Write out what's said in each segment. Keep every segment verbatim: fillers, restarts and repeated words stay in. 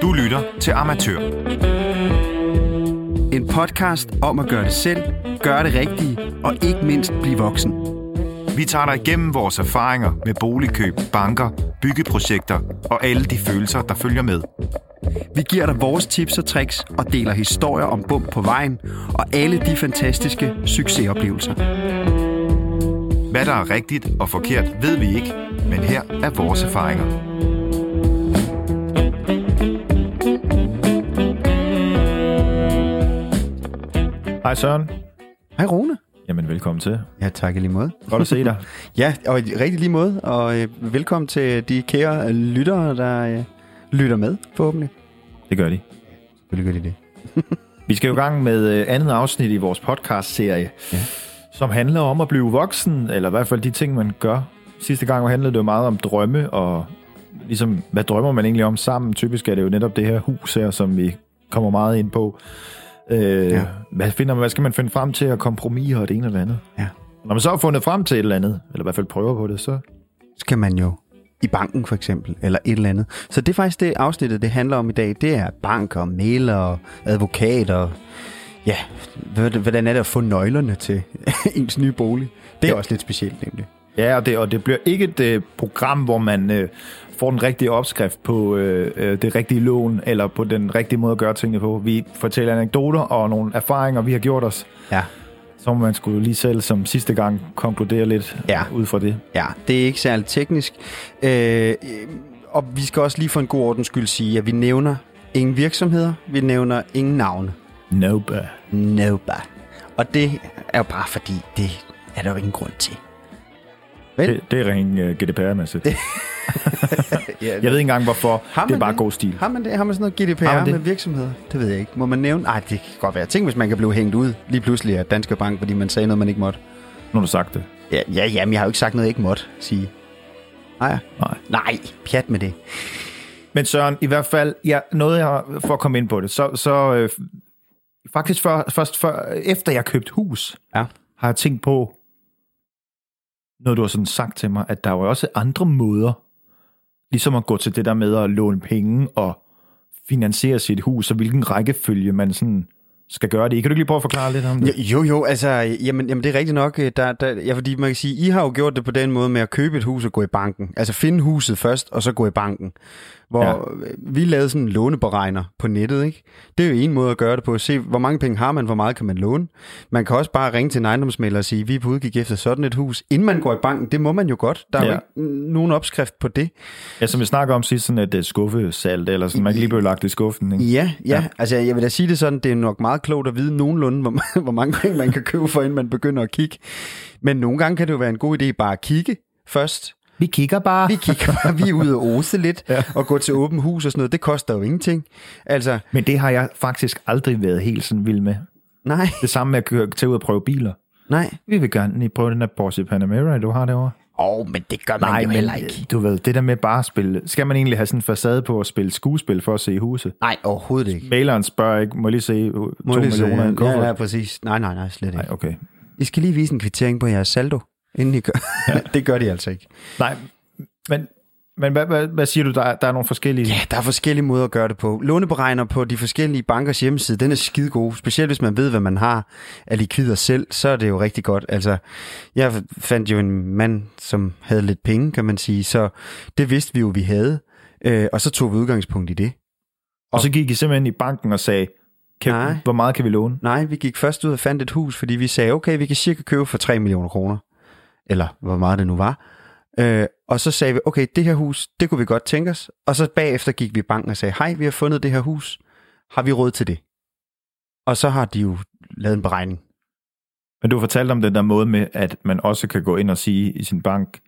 Du lytter til Amatør. En podcast om at gøre det selv, gøre det rigtige og ikke mindst blive voksen. Vi tager dig igennem vores erfaringer med boligkøb, banker, byggeprojekter og alle de følelser, der følger med. Vi giver dig vores tips og tricks og deler historier om bump på vejen og alle de fantastiske succesoplevelser. Hvad der er rigtigt og forkert, ved vi ikke, men her er vores erfaringer. Hej Søren. Hej Rune. Jamen velkommen til. Ja, tak i lige måde. Godt at se dig. Ja, og i rigtig lige måde, og øh, velkommen til de kære lyttere, der øh, lytter med, forhåbentlig. Det gør de. Selvfølgelig gør de det. Vi skal jo i gang med øh, andet afsnit i vores podcast-serie, ja. Som handler om at blive voksen, eller i hvert fald de ting, man gør. Sidste gang handlede det jo meget om drømme, og ligesom, hvad drømmer man egentlig om sammen? Typisk er det jo netop det her hus her, som vi kommer meget ind på. Øh, ja. hvad, finder man, hvad skal man finde frem til at kompromise og det ene eller andet? Ja. Når man så har fundet frem til et eller andet, eller i hvert fald prøver på det, så skal man jo i banken for eksempel, eller et eller andet. Så det er faktisk det afsnittet, det handler om i dag. Det er banker, mailer, advokater. Ja, hvordan er det at få nøglerne til ens nye bolig? Det er ja. også lidt specielt nemlig. Ja, og det, og det bliver ikke et uh, program, hvor man øh, får den rigtige opskrift på øh, det rigtige lån, eller på den rigtige måde at gøre tingene på. Vi fortæller anekdoter og nogle erfaringer, vi har gjort os. Ja. Så må man skulle lige selv som sidste gang konkludere lidt ja. ud fra det. Ja, det er ikke særlig teknisk. Øh, og vi skal også lige for en god ordens skyld sige, at vi nævner ingen virksomheder, vi nævner ingen navne. Nope. Nope. Og det er jo bare fordi, det er der jo ingen grund til. Det, det er ren uh, G D P R-mæssigt. ja, jeg ved ikke engang, hvorfor. Det er bare det? god stil. Har man det? Har man sådan noget G D P R med virksomheder? Det ved jeg ikke. Må man nævne? Nej, det kan godt være. Tænk, hvis man kan blive hængt ud lige pludselig af Danske Bank, fordi man sagde noget, man ikke måtte. Nu har du sagt det. Ja, ja, jamen, jeg har jo ikke sagt noget, jeg ikke måtte sige. Nej, Nej. Nej, pjat med det. Men Søren, i hvert fald, ja, noget jeg for at komme ind på det, så, så øh, faktisk for, først for, efter jeg købte hus, ja. har jeg tænkt på, noget du har sådan sagt til mig, at der er jo også andre måder, ligesom at gå til det der med at låne penge og finansiere sit hus, og hvilken rækkefølge man sådan skal gøre det. Kan du ikke lige prøve at forklare lidt om det? Jo, jo, altså, jamen, jamen det er rigtigt nok, der, der, ja, fordi man kan sige, I har jo gjort det på den måde med at købe et hus og gå i banken. Altså finde huset først, og så gå i banken. Hvor ja. vi lavede sådan en låneberegner på nettet, ikke? Det er jo en måde at gøre det på. At se, hvor mange penge har man, hvor meget kan man låne. Man kan også bare ringe til en ejendomsmægler og sige, vi er på udkig efter sådan et hus. Inden man går i banken, det må man jo godt. Der er ja. jo ikke nogen opskrift på det. Ja, som vi snakker om sidst, sådan et skuffesalt, eller sådan, man kan lige blive lagt i skuffen, ikke? Ja, ja, ja. Altså jeg vil da sige det sådan, det er nok meget klogt at vide nogenlunde, hvor, hvor mange penge man kan købe for, inden man begynder at kigge. Men nogle gange kan det jo være en god idé bare at kigge først. Vi kigger bare. Vi kigger bare, vi er ude og ose lidt, ja. og gå til åben hus og sådan noget. Det koster jo ingenting. Altså, men det har jeg faktisk aldrig været helt sådan vild med. Nej. Det samme med at køre, tage ud og prøve biler. Nej. Vi vil gerne lige prøve den der Porsche Panamera, du har derovre. Åh, oh, men det gør man Nej, jo heller ikke. Du ved, det der med bare at spille. Skal man egentlig have sådan en facade på at spille skuespil for at se huset? Nej, overhovedet ikke. Maleren spørger ikke, må lige se to millioner? Se, ja, ja, præcis. Nej, nej, nej, slet ikke. Nej, okay. I skal lige vise en kvittering på jeres saldo, inden I gør. Ja. Det gør de altså ikke. Nej, men, men hvad, hvad, hvad siger du, der er, der er nogle forskellige? Ja, der er forskellige måder at gøre det på. Låneberegner på de forskellige bankers hjemmeside, den er skide god. Specielt hvis man ved, hvad man har af likvider selv, så er det jo rigtig godt. Altså, jeg fandt jo en mand, som havde lidt penge, kan man sige, så det vidste vi jo, vi havde. Øh, og så tog vi udgangspunkt i det. Og, og så gik I simpelthen i banken og sagde, kan, hvor meget kan vi låne? Nej, vi gik først ud og fandt et hus, fordi vi sagde, okay, vi kan cirka købe for tre millioner kroner. Eller hvor meget det nu var. Øh, og så sagde vi, okay, det her hus, det kunne vi godt tænke os. Og så bagefter gik vi i banken og sagde, hej, vi har fundet det her hus. Har vi råd til det? Og så har de jo lavet en beregning. Men du fortalte om den der måde med, at man også kan gå ind og sige i sin bank,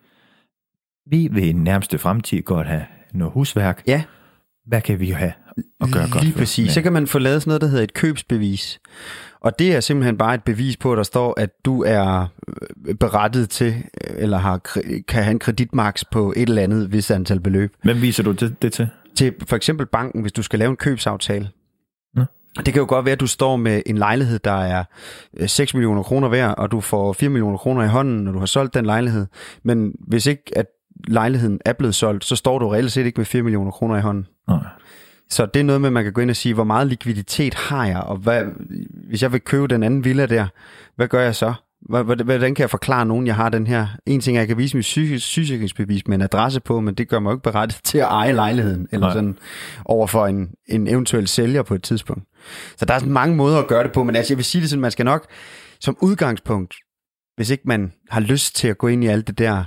vi vil i den nærmeste fremtid godt have noget husværk. Ja. Hvad kan vi have at gøre godt? Lige præcis. Med? Så kan man få lavet sådan noget, der hedder et købsbevis. Og det er simpelthen bare et bevis på, at der står, at du er berettiget til, eller har, kan have en kreditmaks på et eller andet vis antal beløb. Hvem viser du det, det til? Til for eksempel banken, hvis du skal lave en købsaftale. Ja. Det kan jo godt være, at du står med en lejlighed, der er seks millioner kroner værd, og du får fire millioner kroner i hånden, når du har solgt den lejlighed. Men hvis ikke at lejligheden er blevet solgt, så står du reelt set ikke med fire millioner kroner i hånden. Nej. Så det er noget med, at man kan gå ind og sige, hvor meget likviditet har jeg, og hvad, hvis jeg vil købe den anden villa der, hvad gør jeg så? Hvordan kan jeg forklare nogen, jeg har den her? En ting er, jeg kan vise mit syge, sygesikringsbevis med en adresse på, men det gør mig jo ikke berettiget til at eje lejligheden, eller Nej. sådan overfor en, en eventuel sælger på et tidspunkt. Så der er sådan mange måder at gøre det på, men altså jeg vil sige det sådan, man skal nok som udgangspunkt, hvis ikke man har lyst til at gå ind i alt det der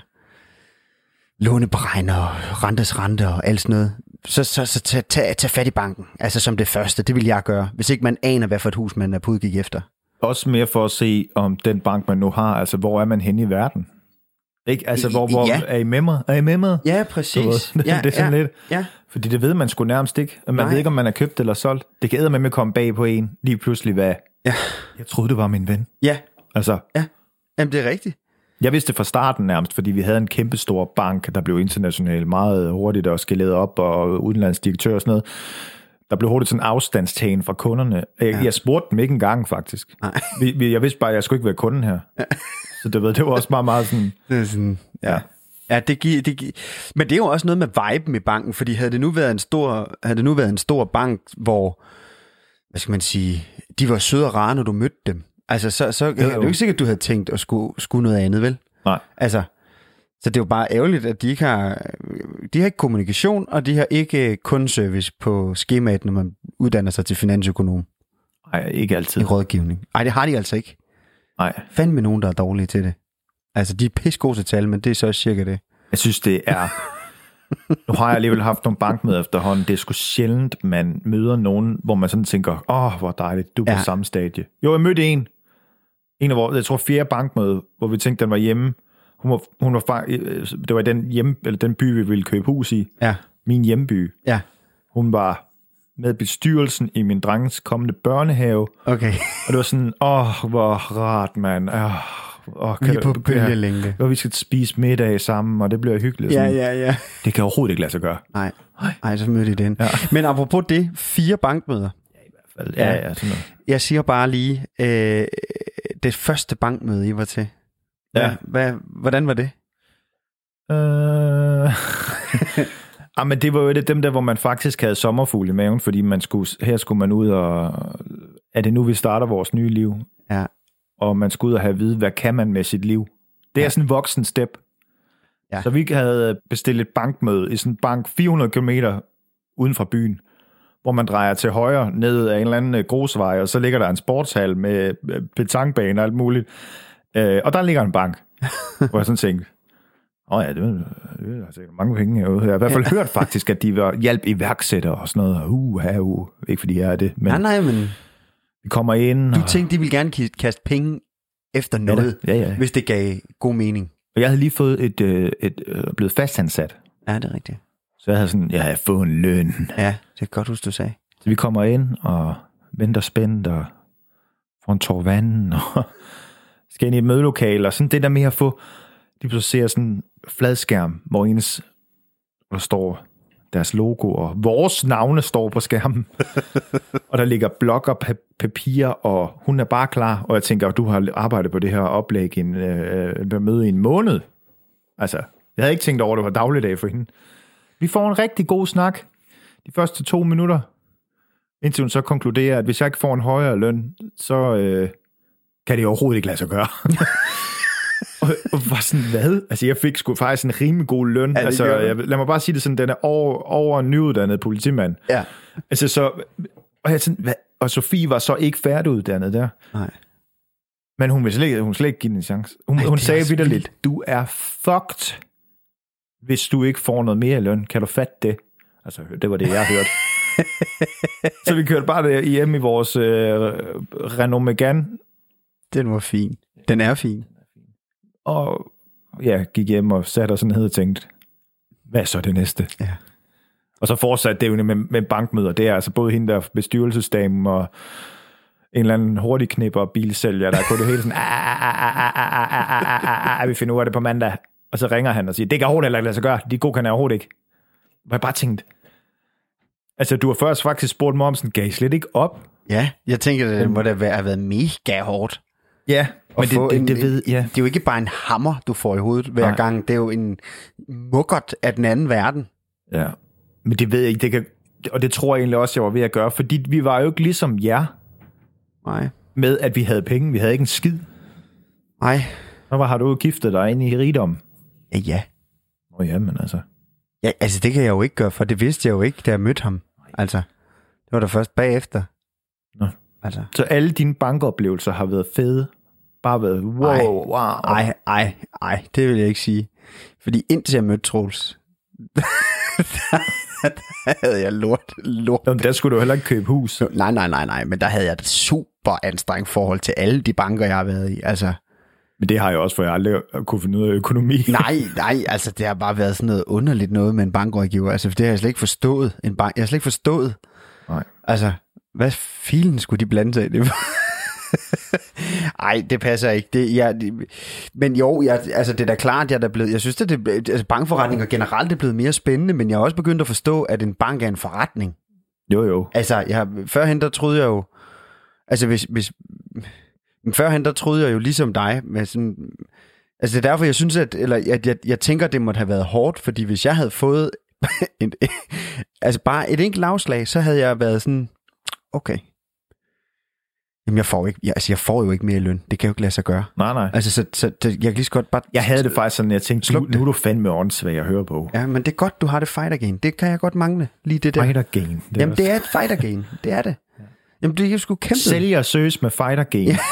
låneberegner, rentes rente og alt sådan noget, så, så, så tag, tag, tag fat i banken, altså som det første, det vil jeg gøre, hvis ikke man aner, hvad for et hus man er på udkig efter. Også mere for at se, om den bank, man nu har, altså hvor er man henne i verden? Ikke? Altså, hvor, hvor ja. er I med mig? Er I med mig? Ja, præcis. det, ja, det er sådan ja, lidt. Ja. Fordi det ved man sgu nærmest ikke. Man Nej. ved ikke, om man er købt eller solgt. Det kan eddermame med at komme bag på en, lige pludselig, hvad? Ja. Jeg troede, det var min ven. Ja. Altså. Ja. Jamen, det er rigtigt. Jeg vidste det fra starten nærmest, fordi vi havde en kæmpe stor bank, der blev internationalt meget hurtigt og skaleret op, og udenlandsdirektør og sådan noget. Der blev hurtigt sådan en afstandstagen fra kunderne. Jeg, ja. jeg spurgte dem ikke engang, faktisk. Vi, vi, jeg vidste bare, at jeg skulle ikke være kunden her. Ja. Så det, ved, det var også meget, meget sådan... Det er sådan, ja. Ja, det giver, det giver. Men det er jo også noget med viben i banken, fordi havde det nu været en stor, havde det nu været en stor bank, hvor, hvad skal man sige, de var søde og rare, når du mødte dem. Altså, så, så det er jo ikke sikkert, at du havde tænkt at skulle, skulle noget andet, vel? Nej. Altså, så det er jo bare ærgerligt, at de ikke har, de har ikke kommunikation, og de har ikke kundeservice på skemaet, når man uddanner sig til finansøkonom. Nej, ikke altid. I rådgivning. Nej, det har de altså ikke. Nej. Fandme nogen, der er dårlige til det. Altså, de er pisse gode til tal, men det er så cirka det. Jeg synes, det er... Nu har jeg alligevel haft nogle bankmøder efterhånden. Det er sgu sjældent, man møder nogen, hvor man sådan tænker, åh, oh, hvor dejligt, du er ja. på samme stadie. Jo, jeg mødte en. En af vores, jeg tror, fjerde bankmøde, hvor vi tænkte, den var hjemme. Hun var, hun var det var den hjem, eller den by, vi ville købe hus i. Ja. Min hjemby. Ja. Hun var med bestyrelsen i min drengens kommende børnehave. Okay. Og det var sådan, åh, hvor rart, mand. Åh, åh, vi er på bølgelængde. Og vi skal spise middag sammen, og det bliver hyggeligt. Ja, ja, ja. Det kan overhovedet ikke lade sig gøre. Nej, nej, så mødte I den. Ja. Men apropos det, fire bankmøder. Ja, i hvert fald. Ja, ja, sådan noget. Jeg siger bare lige, øh, det første bankmøde, I var til. Hvad, ja. Hvad, hvordan var det? Øh... ah, men det var jo det, dem der, hvor man faktisk havde sommerfugl i maven, fordi man skulle, her skulle man ud og... Er det nu, vi starter vores nye liv? Ja. Og man skulle ud og have at vide, hvad kan man med sit liv? Det er ja. sådan en voksen step. Ja. Så vi havde bestilt et bankmøde i sådan en bank fire hundrede kilometer uden fra byen, hvor man drejer til højre ned ad en eller anden grusvej, og så ligger der en sportshal med petankbane og alt muligt. Øh, og der ligger en bank, hvor jeg sådan tænkte, åh oh ja, det er altså mange penge herude. Jeg har i hvert fald hørt faktisk, at de var hjælp iværksættere og sådan noget. Uh, uh, uh. Ikke fordi jeg er det, men... Nej, nej, men... Vi kommer ind... Du og... tænkte, de ville gerne kaste penge efter noget, ja, ja. hvis det gav god mening. Og jeg havde lige fået et, et, et, et blevet fastansat. Ja, det er rigtigt. Så jeg havde sådan, jeg havde fået en løn. Ja, det er godt huske, du sagde. Så vi kommer ind og venter spændt og får en tår vand og skal ind i et mødelokale. Og sådan det der med at få, de placerer sådan en fladskærm, hvor ens, der står deres logo, og vores navne står på skærmen. Og der ligger blokker, pa- papir, og hun er bare klar. Og jeg tænker, du har arbejdet på det her oplæg i en øh, møde i en måned. Altså, jeg havde ikke tænkt over, at det var dagligdag for hende. Vi får en rigtig god snak de første to minutter, indtil hun så konkluderer, at hvis jeg ikke får en højere løn, så øh, kan det overhovedet ikke lade sig gøre. og, og var sådan, hvad? Altså, jeg fik sgu faktisk en rimelig god løn. Ja, altså, jeg, lad mig bare sige det sådan, den er over, over en nyuddannet politimand. Ja. Altså, så... Og, jeg sådan, hvad? Og Sofie var så ikke færdiguddannet der. Nej. Men hun ville slet, hun ville slet ikke give den en chance. Hun, Ej, hun sagde vitterligt, du er fucked, hvis du ikke får noget mere i løn. Kan du fatte det? Altså, det var det, jeg hørte. Så vi kørte bare der hjem i vores øh, Renault Megane. Den var fin. Den er fin. Og ja, gik hjem og satte os ned og tænkte, hvad er så det næste? Ja. Og så fortsatte det jo med, med bankmøder. Det er altså både hende der bestyrelsesdamen og en eller anden hurtig knipper og bilsælger, der kunne det hele sådan, vi finder ud af det på mandag. Og så ringer han og siger, det kan overhovedet ikke lade sig gøre. De gode kan jeg overhovedet ikke. Og jeg bare tænkte, altså du har først faktisk spurgt mig om sådan, gav I slet ikke op? Ja, jeg tænker, det må da have været mega hårdt. Ja, men det, det, en, det, ved, ja. det er jo ikke bare en hammer, du får i hovedet hver Nej. gang. Det er jo en mukkert af den anden verden. Ja, men det ved jeg ikke. Det kan, og det tror jeg egentlig også, jeg var ved at gøre, fordi vi var jo ikke ligesom jer. Nej. Med, at vi havde penge. Vi havde ikke en skid. Nej. Så var, har du jo giftet dig ind i rigdom. Ja, ja. Åh oh, ja, men altså. Ja, altså det kan jeg jo ikke gøre, for det vidste jeg jo ikke, da jeg mødte ham. Altså, det var der først bagefter. Nå. Altså. Så alle dine bankoplevelser har været fede? Bare været wow, ej, wow. Ej, ej, ej, det vil jeg ikke sige. Fordi indtil jeg mødte Troels, der, der havde jeg lort, lort. Jamen, der skulle du heller ikke købe hus. Nej, nej, nej, nej, men der havde jeg et super anstrengt forhold til alle de banker, jeg har været i. Altså. Men det har jeg også, for jeg aldrig kunne finde ud af økonomi. Nej, nej, altså det har bare været sådan noget underligt noget med en bankrådgiver. Altså det har jeg slet ikke forstået. En bank, jeg har slet ikke forstået. Nej. Altså, hvad filen skulle de blande sig i det? Ej, det passer ikke. Det, jeg, det, men jo, jeg, altså det er da klart, jeg er da blevet, jeg synes, at det, altså bankforretninger generelt er blevet mere spændende, men jeg har også begyndt at forstå, at en bank er en forretning. Jo, jo. Altså, jeg, førhen der troede jeg jo, altså hvis, hvis førhen der troede jeg jo ligesom dig, med sådan, altså det er derfor, jeg synes, at, eller jeg, jeg, jeg tænker, det måtte have været hårdt, fordi hvis jeg havde fået en, altså bare et enkelt afslag, så havde jeg været sådan, okay, jamen jeg får ikke, jeg, altså jeg får jo ikke mere løn, det kan jo ikke lade sig gøre. Nej, nej. Altså så, så det, jeg kan lige så godt bare... Jeg havde det faktisk sådan, jeg tænkte, nu, nu er du fandme åndssvag at høre på. Ja, men det er godt, du har det fighter gain. Det kan jeg godt mangle, lige det der. Fighter gain. Det jamen det er et fighter gain, det er det. Jamen det er jo sgu kæmpe. Sælger søs med fighter gain. Ja.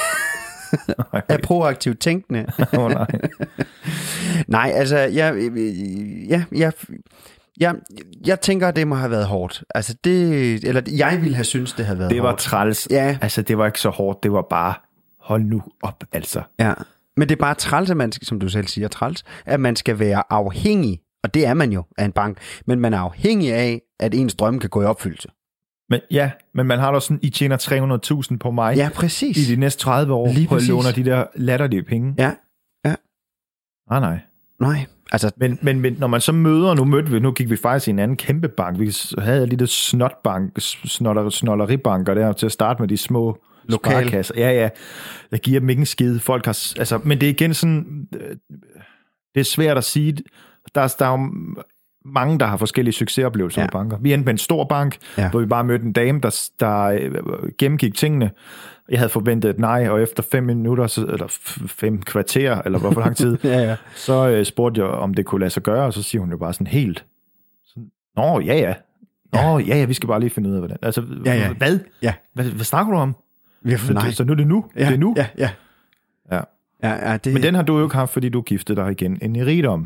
Er proaktivt tænkende. oh, nej. Nej, altså, jeg, ja, jeg, jeg, jeg tænker, at det må have været hårdt. Altså, det, eller jeg ville have syntes, det havde været det hårdt. Det var træls. Ja. Altså, det var ikke så hårdt. Det var bare, hold nu op, altså. Ja, men det er bare træls, at man, som du selv siger, træls, at man skal være afhængig, og det er man jo af en bank, men man er afhængig af, at ens drømme kan gå i opfyldelse. Men ja, men man har da sådan, I tjener tre hundrede tusind på mig. Ja, præcis. I de næste tredive år, lige på at låne de der latterlige penge. Ja, ja. Nej, nej. Nej, altså... Men, men, men når man så møder, nu mødte vi, nu gik vi faktisk i en anden kæmpe bank. Vi havde lidt snotbank, snotter, snolleribanker der til at starte med de små lokale sparekasser. Ja, ja. Jeg giver dem ikke en skid. Folk har, altså, men det er igen sådan, det er svært at sige. Der, der er jo mange, der har forskellige succesoplevelser ja. med banker. Vi endte med en stor bank, ja. hvor vi bare mødte en dame, der, der gennemgik tingene. Jeg havde forventet et nej, og efter fem minutter, eller fem kvarter, eller hvor for lang tid, ja, ja. så uh, spurgte jeg, om det kunne lade sig gøre, og så siger hun jo bare sådan helt, sådan, nå, ja, ja. Nå, ja, ja, vi skal bare lige finde ud af, hvordan. Altså, ja, ja. hvad? Ja. Hvad? Hvad snakker du om? Vi har så, nej. Så nu er det nu? Ja, det er nu? Ja, ja. Ja. Ja, ja, det... Men den har du jo ikke haft, fordi du giftede dig igen ind i rigdom.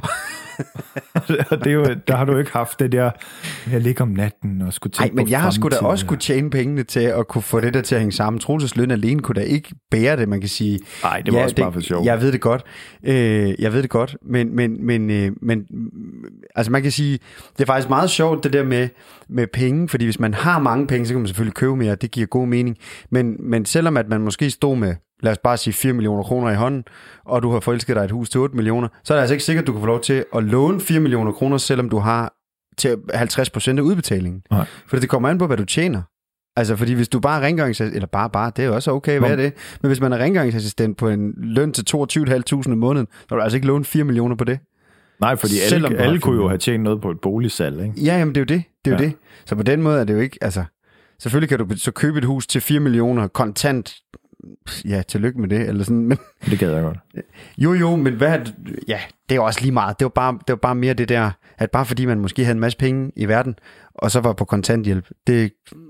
det er jo, der har du ikke haft det der, jeg ligger om natten og skulle tænke. Nej, men jeg har sgu da også kunne tjene pengene til at kunne få det der til at hænge sammen. Troelses løn alene kunne da ikke bære det, man kan sige. Nej, det var ja, også bare for sjov. Jeg ved det godt. Øh, jeg ved det godt, men, men, men, øh, men altså man kan sige, det er faktisk meget sjovt det der med, med penge, fordi hvis man har mange penge, så kan man selvfølgelig købe mere, det giver god mening. Men, men selvom at man måske stod med, lad os bare sige fire millioner kroner i hånden, og du har forelsket dig et hus til otte millioner, så er det altså ikke sikkert, at du kan få lov til at låne fire millioner kroner, selvom du har til halvtreds procent af udbetalingen. Nej. For det kommer an på, hvad du tjener. Altså, fordi hvis du bare er rengøringsassistent, eller bare, bare, det er jo også okay, hvad er det? Men hvis man er rengøringsassistent på en løn til toogtyve tusind fem hundrede om måneden, så kan du altså ikke låne fire millioner på det. Nej, fordi selvom alle, alle kunne jo have tjent noget på et boligsalg, ikke? Ja, jamen det er jo det. Det er ja. jo det. Så på den måde er det jo ikke, altså, selvfølgelig kan du så købe et hus til fire millioner kontant. Ja, tillykke med det, eller sådan, men... Det gad jeg godt. Jo, jo, men hvad... Ja, det er jo også lige meget. Det var bare, det var bare mere det der, at bare fordi man måske havde en masse penge i verden, og så var på kontanthjælp, det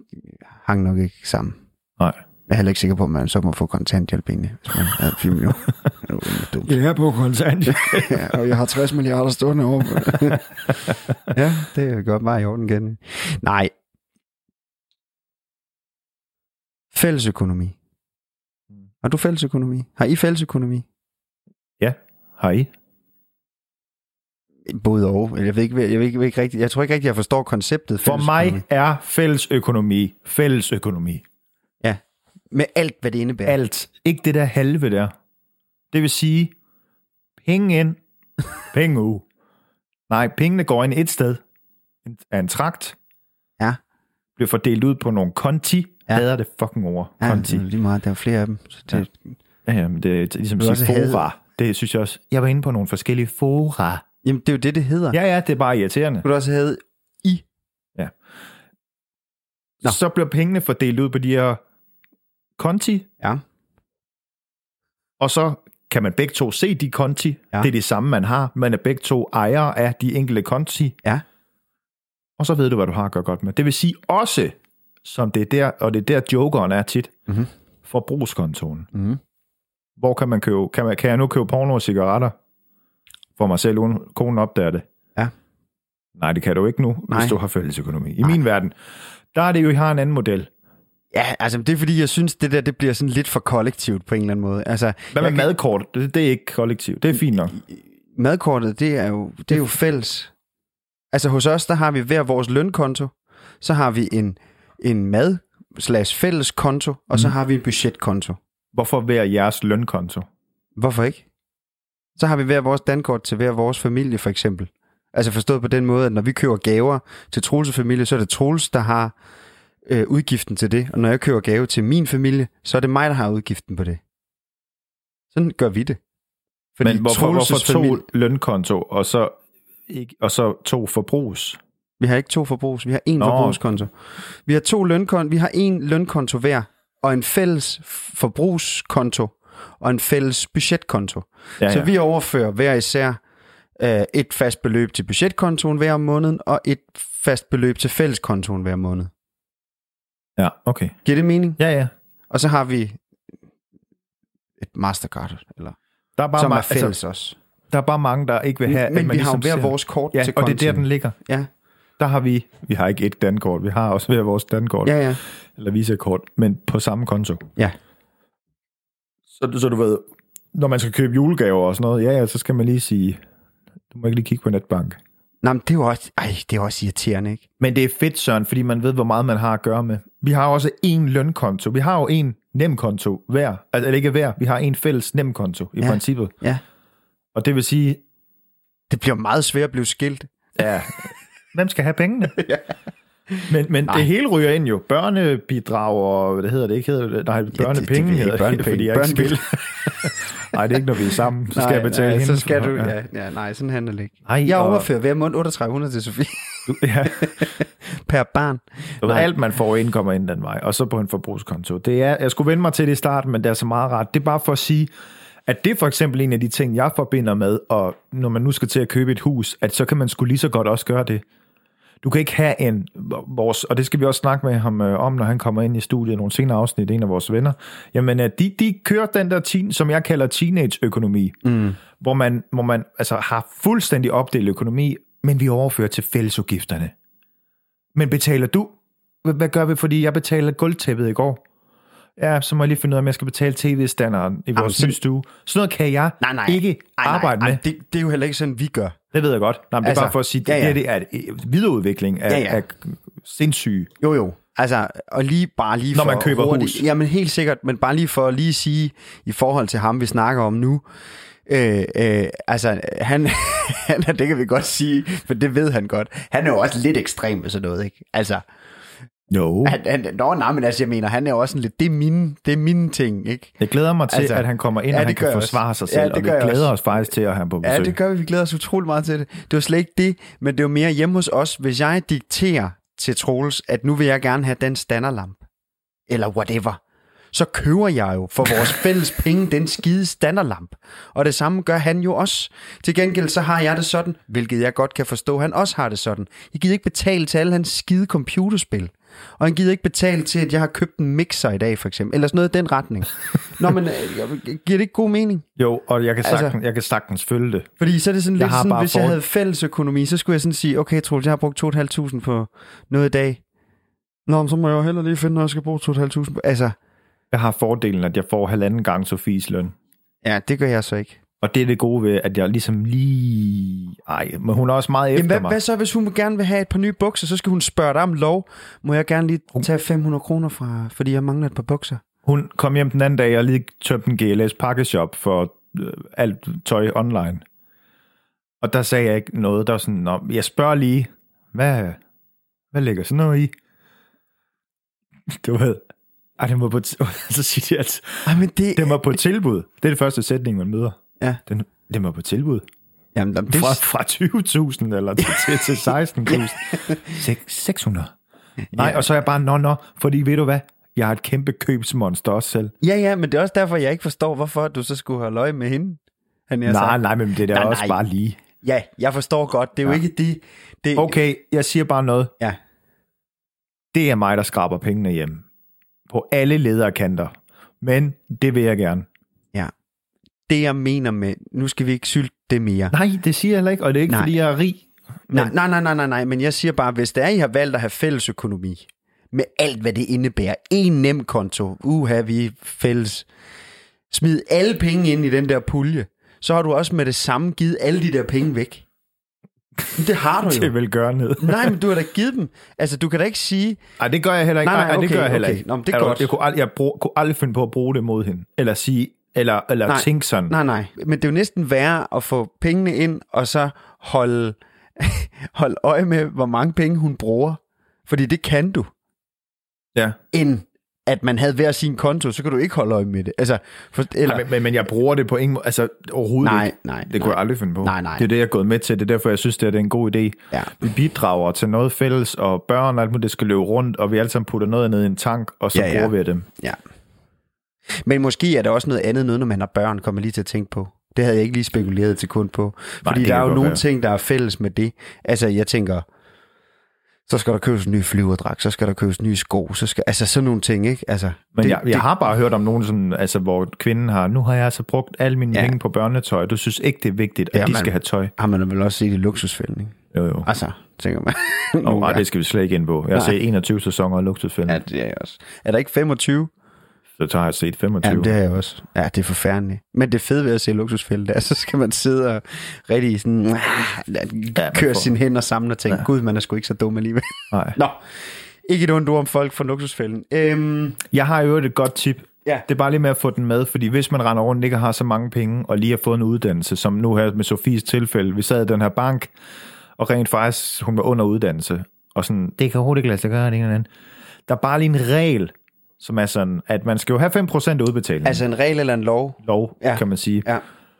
hang nok ikke sammen. Nej. Jeg er heller ikke sikker på, at man så må få kontanthjælp egentlig, hvis man havde fire millioner. Jeg er på kontanthjælp. Ja, og jeg har tres milliarder stående over. Ja, det er godt bare i orden igen. Nej. Fællesøkonomi. Har du fællesøkonomi? Har I fællesøkonomi? Ja, har I? Både og. Jeg ved ikke, jeg ved ikke, jeg ved ikke rigtigt. Jeg tror ikke rigtigt, jeg forstår konceptet. For mig er fællesøkonomi fællesøkonomi. Ja, med alt, hvad det indebærer. Alt. Ikke det der halve der. Det vil sige, penge ind, penge ud. Nej, pengene går ind et sted af en trakt. Ja. Bliver fordelt ud på nogle konti. Ja. Hader det fucking over. Ja, konti. det er lige meget. Der er flere af dem. Så det... Ja, ja, men det er ligesom at sige fora. Det synes jeg også. Jeg var inde på nogle forskellige fora. Jamen, det er jo det, det hedder. Ja, ja, det er bare irriterende. Du også havde I. Ja. Nå. Så bliver pengene fordelt ud på de her konti. Ja. Og så kan man begge to se de konti. Ja. Det er det samme, man har. Man er begge to ejere af de enkelte konti. Ja. Og så ved du, hvad du har at gøre godt med. Det vil sige også, som det er der, og det er der jokeren er tit, mm-hmm. forbrugskontoen. Mm-hmm. Hvor kan man købe, kan, man, kan jeg nu købe porno og cigaretter for mig selv, uden konen opdager det? Ja. Nej, det kan du ikke nu, Nej. hvis du har fællesøkonomi. I Nej. min verden, der er det jo, I har en anden model. Ja, altså det er fordi, jeg synes, det der det bliver sådan lidt for kollektivt på en eller anden måde. Altså, hvad med kan... madkort? Det, det er ikke kollektivt, det er fint nok. Madkortet, det er jo, det er jo fælles. Altså hos os, der har vi hver vores lønkonto, så har vi en, en mad slash fælles konto, og mm. så har vi en budgetkonto. Hvorfor hver jeres lønkonto? Hvorfor ikke? Så har vi hver vores dankort til hver vores familie, for eksempel. Altså forstået på den måde, at når vi køber gaver til Troels' familie, så er det Troels, der har øh, udgiften til det. Og når jeg køber gave til min familie, så er det mig, der har udgiften på det. Sådan gør vi det. Fordi Men hvorfor, hvorfor to familie... lønkonto, og så, ikke, og så to forbrugs? Vi har ikke to forbrugs, vi har én forbrugskonto. Vi har to lønkonto, vi har én lønkonto hver, og en fælles forbrugskonto, og en fælles budgetkonto. Ja, ja. Så vi overfører hver især øh, et fast beløb til budgetkontoen hver måned, og et fast beløb til fælleskontoen hver måned. Ja, okay. Giver det mening? Ja, ja. Og så har vi et Mastercard, eller, der er bare som ma- er fælles altså, også. Der er bare mange, der ikke vil have... Men vi ligesom har hver vores kort ja, til kontoen. kontoen. Og det er der, den ligger. Ja. Der har vi... Vi har ikke et dankort, vi har også hver vores dankort. Ja, ja. Eller Visa-kort, men på samme konto. Ja. Så, så du ved, når man skal købe julegaver og sådan noget, ja, ja, så skal man lige sige, du må ikke lige kigge på netbank. Nej, men det er jo også, ej, det er også irriterende, ikke? Men det er fedt, Søren, fordi man ved, hvor meget man har at gøre med. Vi har også én lønkonto. Vi har jo en nemkonto hver. Altså ikke hver, vi har en fælles nemkonto i ja. princippet. Ja. Og det vil sige... Det bliver meget svært at blive skilt. Ja. Hvem skal have pengene? ja. Men, men det hele ryger ind jo. Børnebidrag og, hvad hedder det ikke? Hedder det? Nej, børnepenge ja, det, det, det hedder det, fordi jeg ikke vil. Nej, det er ikke, når vi er sammen. Så skal nej, jeg betale nej, hende. Så skal du, ja. ja. Nej, sådan handler det ikke. Ej, jeg overfører hver måned otteogtredive hundrede til Sofie. ja. Per barn. Du ved, alt man får ind, kommer ind den vej. Og så på en forbrugskonto. Det er, jeg skulle vende mig til det i starten, men det er så meget ret. Det er bare for at sige, at det er for eksempel en af de ting, jeg forbinder med, og når man nu skal til at købe et hus, at så kan man sgu lige så godt også gøre det. Du kan ikke have en, vores, og det skal vi også snakke med ham øh, om, når han kommer ind i studiet, nogle senere afsnit, en af vores venner. Jamen, øh, de, de kører den der, teen, som jeg kalder teenage-økonomi, mm. hvor, man, hvor man altså har fuldstændig opdelt økonomi, men vi overfører til fællesudgifterne. Men betaler du? Hvad gør vi, fordi jeg betaler gulvtæppet i går? Ja, så må jeg lige finde ud af, om jeg skal betale tv-standarden i vores Jamen, nye stue. Sådan noget kan jeg nej, nej. ikke nej, nej, arbejde nej, med. Det, det er jo heller ikke sådan, vi gør. Det ved jeg godt. Nej, men altså, det er bare for at sige, at ja, ja. det er en videreudvikling af, ja, ja. af sindssyge. Jo, jo. Altså, og lige bare lige Når for man køber hurtigt, hus. Jamen helt sikkert, men bare lige for at lige sige, i forhold til ham, vi snakker om nu, øh, øh, altså, han, han, det kan vi godt sige, for det ved han godt, han er jo også lidt ekstrem med sådan noget, ikke? Altså, No. Han, han, nå, nej, men altså, jeg mener, han er jo også sådan lidt, det er mine, det er mine ting, ikke? Jeg glæder mig til, altså, at han kommer ind, ja, og han kan forsvare sig selv, ja, og vi glæder os faktisk til at have ham på besøg. Ja, det gør vi, vi glæder os utrolig meget til det. Det var slet ikke det, men det var mere hjemme hos os, hvis jeg dikterer til Troels, at nu vil jeg gerne have den standardlamp, eller whatever, så køber jeg jo for vores fælles penge den skide standardlamp. Og det samme gør han jo også. Til gengæld så har jeg det sådan, hvilket jeg godt kan forstå, han også har det sådan. Jeg gider ikke betale til alle hans skide computerspil. Og han gider ikke betale til, at jeg har købt en mixer i dag, for eksempel. Eller sådan noget i den retning. Nå, men giver det ikke god mening? Jo, og jeg kan sagtens, altså, jeg kan sagtens følge det. Fordi så er det sådan jeg lidt sådan, hvis for... jeg havde fælles økonomi, så skulle jeg sådan sige, okay, Troels, jeg har brugt to tusind fem hundrede på noget i dag. Nå, så må jeg jo heller lige finde, når jeg skal bruge to tusind fem hundrede på. Altså, jeg har fordelen, at jeg får halvanden gang Sofies løn. Ja, det gør jeg så ikke. Og det er det gode ved, at jeg ligesom lige... Ej, men hun er også meget efter Jamen, hvad, mig. Hvad så, hvis hun gerne vil have et par nye bukser, så skal hun spørge dig om lov. Må jeg gerne lige tage fem hundrede kroner fra, fordi jeg mangler et par bukser? Hun kom hjem den anden dag, og lige tømte en G L S pakkeshop for øh, alt tøj online. Og der sagde jeg ikke noget. Der var sådan, Nå, jeg spørger lige, hvad, hvad ligger sådan noget i? Du ved... Ej, det var på, t- så siger de, at Ej, men det... det var på tilbud. Det er det første sætning, man møder. Ja. Den, det var på tilbud. Jamen, det... Fra, fra tyve tusind eller til, til, til seksten tusind. seks hundrede. Nej, Ja. og så er jeg bare, nå, nå, fordi ved du hvad? Jeg har et kæmpe købsmonster også selv. Ja, ja, men det er også derfor, jeg ikke forstår, hvorfor du så skulle holde øje med hende. Han Nej, sagt. nej, men det er da Nej, også nej. bare lige. Ja, jeg forstår godt. Det er jo Ja. ikke de... Det, Okay, jeg siger bare noget. Ja. Det er mig, der skraber pengene hjem. På alle lederkanter. Men det vil jeg gerne. Ja. Det, jeg mener med... Nu skal vi ikke sylte det mere. Nej, det siger jeg heller ikke, og det er ikke, Nej. fordi jeg er rig. Men... Nej, nej, nej, nej, nej, nej, men jeg siger bare, hvis det er, I har valgt at have fælles økonomi, med alt, hvad det indebærer, en nem konto, uha, vi er fælles, smid alle penge ind i den der pulje, så har du også med det samme givet alle de der penge væk. Det har du Til jo. velgørenhed. Nej, men du har da givet dem. Altså, du kan da ikke sige... Nej, det gør jeg heller ikke. Nej, nej, Nej, det okay, gør jeg heller okay. ikke. Nå, men det er Altså, godt. Jeg, kunne aldrig, jeg brug, kunne aldrig finde på at bruge det mod hende. Eller sige, eller, eller Nej. tænke sådan. Nej, nej. Men det er jo næsten værre at få pengene ind, og så holde, holde øje med, hvor mange penge hun bruger. Fordi det kan du. Ja. End at man havde hver sin konto, så kan du ikke holde øje med det. Altså, for, eller, Nej, men, men, men jeg bruger det på ingen måde. Altså, overhovedet nej, ikke. nej. Det kunne jeg aldrig finde på. Nej, nej. Det er det, jeg er gået med til. Det er derfor, jeg synes, det er, det er en god idé. Ja. Vi bidrager til noget fælles, og børn og alt muligt, det skal løbe rundt, og vi alle sammen putter noget ned i en tank, og så Ja, ja. bruger vi dem. Ja. Men måske er der også noget andet, noget, når man har børn, kommer lige til at tænke på. Det havde jeg ikke lige spekuleret til kun på. Fordi det der kan er jo godt nogle være. ting, der er fælles med det. Altså, jeg tænker, så skal der købes en ny flyverdragt, så skal der købes nye sko, så skal, altså sådan nogle ting, ikke? Altså, Men det, jeg, jeg det, har bare hørt om nogen, sådan, altså, hvor kvinden har, nu har jeg altså brugt alle mine Ja. penge på børnetøj. Du synes ikke, det er vigtigt, at Ja, de man- skal have tøj? har man vel også set i Luksusfælden, ikke? Jo, jo. Altså, tænker man. Nå, Nogle nej, gange. det skal vi slet ikke ind på. Jeg har Nej. set enogtyve sæsoner af Luksusfælden. Ja, Ja. det er jeg også. Er der ikke femogtyve? Så tager jeg set femogtyve. Jamen, det har jeg også. Ja, det er forfærdeligt. Men det fede ved at se Luksusfælden, der, så skal man sidde og rigtig sådan, ah, køre får- sine hænder sammen og tænke, ja. Gud, man er sgu ikke så dum alligevel. Nej. Nå, ikke et ondt ord om folk fra Luksusfælden. Øhm, Jeg har jo et godt tip. Ja. Det er bare lige med at få den med, fordi hvis man render rundt og ikke har så mange penge, og lige har fået en uddannelse, som nu her med Sofies tilfælde, vi sad i den her bank, og rent faktisk, hun var under uddannelse, og sådan, det kan overhovedet ikke lade sig gøre, det ene Der er bare lige en regel, som er sådan, at man skal jo have fem procent af udbetalingen. altså en regel eller en lov? Lov, Ja. kan man sige. Ja.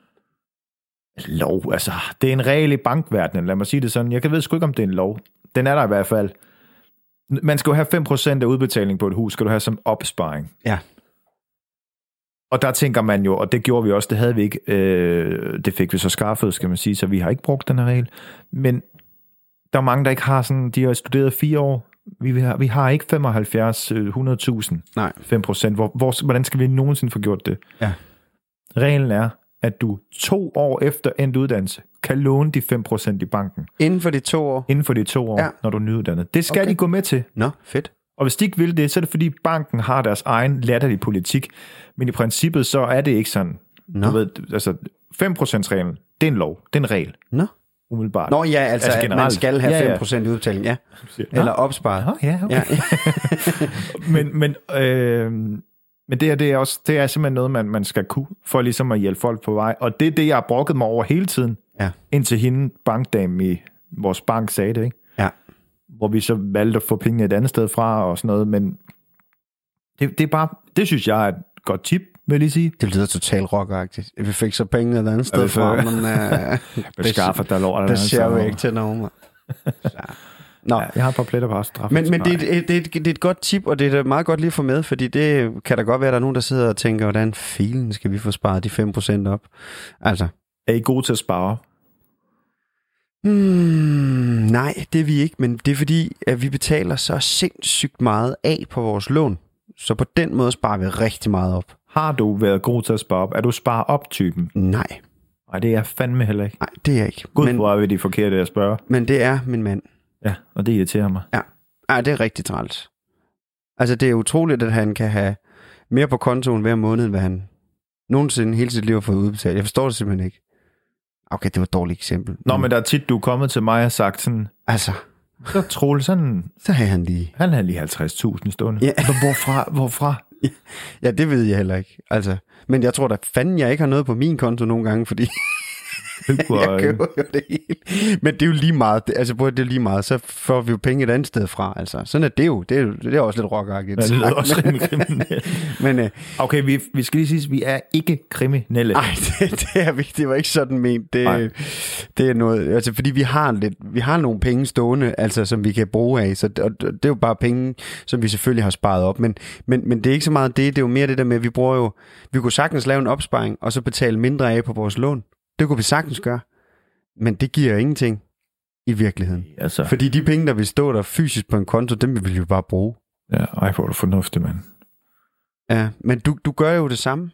Lov, altså, det er en regel i bankverdenen, lad mig sige det sådan. Jeg ved sgu ikke, om det er en lov. Den er der i hvert fald. Man skal jo have fem procent af udbetaling på et hus, skal du have som opsparing. Ja. Og der tænker man jo, og det gjorde vi også, det havde vi ikke, øh, det fik vi så skaffet, skal man sige, så vi har ikke brugt den her regel. Men der er mange, der ikke har sådan, de har studeret fire år, vi har, vi har ikke femoghalvfjerds hundrede tusind, Nej. fem procent. Hvor, hvor, hvordan skal vi nogensinde få gjort det? Ja. Reglen er, at du to år efter endt uddannelse kan låne de fem procent i banken, Inden for de to år? inden for de to år, Ja. ja. når du er nyuddannet. Det skal Okay. okay. de gå med til. Nå, fedt. Og hvis de ikke vil det, så er det fordi banken har deres egen latterlige politik. Men i princippet, så er det ikke sådan. Nå. Du ved, altså fem procent-reglen, det er en lov. Det er en regel, Nå. umiddelbart. Nå ja, altså, Altså altså at man generelt. skal have Ja, ja. fem procent i udbetaling, ja. Nå. Eller opsparet. Nå, ja, okay. Ja. men, men, øh, men det her, det er, også, det er simpelthen noget, man, man skal kunne, for ligesom at hjælpe folk på vej. Og det er det, jeg har brokket mig over hele tiden, Ja. indtil hende, bankdamen i vores bank, sagde det, ikke? Ja. Hvor vi så valgte at få pengene et andet sted fra og sådan noget, men det, det er bare, det synes jeg er et godt tip, vil jeg lige sige. Det lyder totalt rockagtigt. Vi fik så pengene et andet sted vi får- fra, men uh, Beskaffer der lort. det ser jo ikke til nogen. Så. Nå, Ja, jeg har et par pletter på straffe. men, men det, er et- det, er et- det er et godt tip, og det er meget godt lige at få med, fordi det kan da godt være, at der er nogen, der sidder og tænker, hvordan filen skal vi få sparet de fem procent op? Altså, Er I gode til at spare? hmm, nej, det er vi ikke, men det er fordi, at vi betaler så sindssygt meget af på vores lån. Så på den måde sparer vi rigtig meget op. Har du været god til at spare op? Er du spare-op-typen? Nej, Nej, det er jeg fandme heller ikke. nej, det er jeg ikke. Gud, Men, hvor er vi de forkerte at spørge. men det er min mand. Ja, og det irriterer mig. Ja, ja, det er rigtig træls. Altså, det er utroligt, at han kan have mere på kontoen hver måned, end hvad han nogensinde hele sit liv har fået udbetalt. Jeg forstår det simpelthen ikke. Okay, det var et dårligt eksempel. Nå, men der er tit, du er kommet til mig og sagt sådan, Altså, så Troels, sådan, så har han lige... han har lige halvtreds tusind stående. Ja. Men hvorfra? Hvorfra? Ja, det ved jeg heller ikke. Altså, men jeg tror da fanden, jeg ikke har noget på min konto nogle gange, fordi Jeg køber jo det hele. Men det er jo lige meget, altså det er lige meget, så får vi jo penge et andet sted fra, altså. Sådan er det jo, det er, det er også lidt rockagtigt. Ja, det er også rimelig kriminelle. Men, øh, okay, vi, vi skal lige sige, at vi er ikke kriminelle. Nej, det, det er vi, det var ikke sådan ment. Det, det er noget, altså fordi vi har lidt, vi har nogle penge stående, altså som vi kan bruge af, så og det er jo bare penge, som vi selvfølgelig har sparet op, men, men, men det er ikke så meget det, det er jo mere det der med, at vi bruger jo, vi kunne sagtens lave en opsparing, og så betale mindre af på vores lån. Det kunne vi sagtens gøre. Men det giver ingenting i virkeligheden. Altså. Fordi de penge, der vil stå der fysisk på en konto, dem vil vi jo bare bruge. Ja, ej, hvor er du fornuftig, mand. Ja, men du, du gør jo det samme.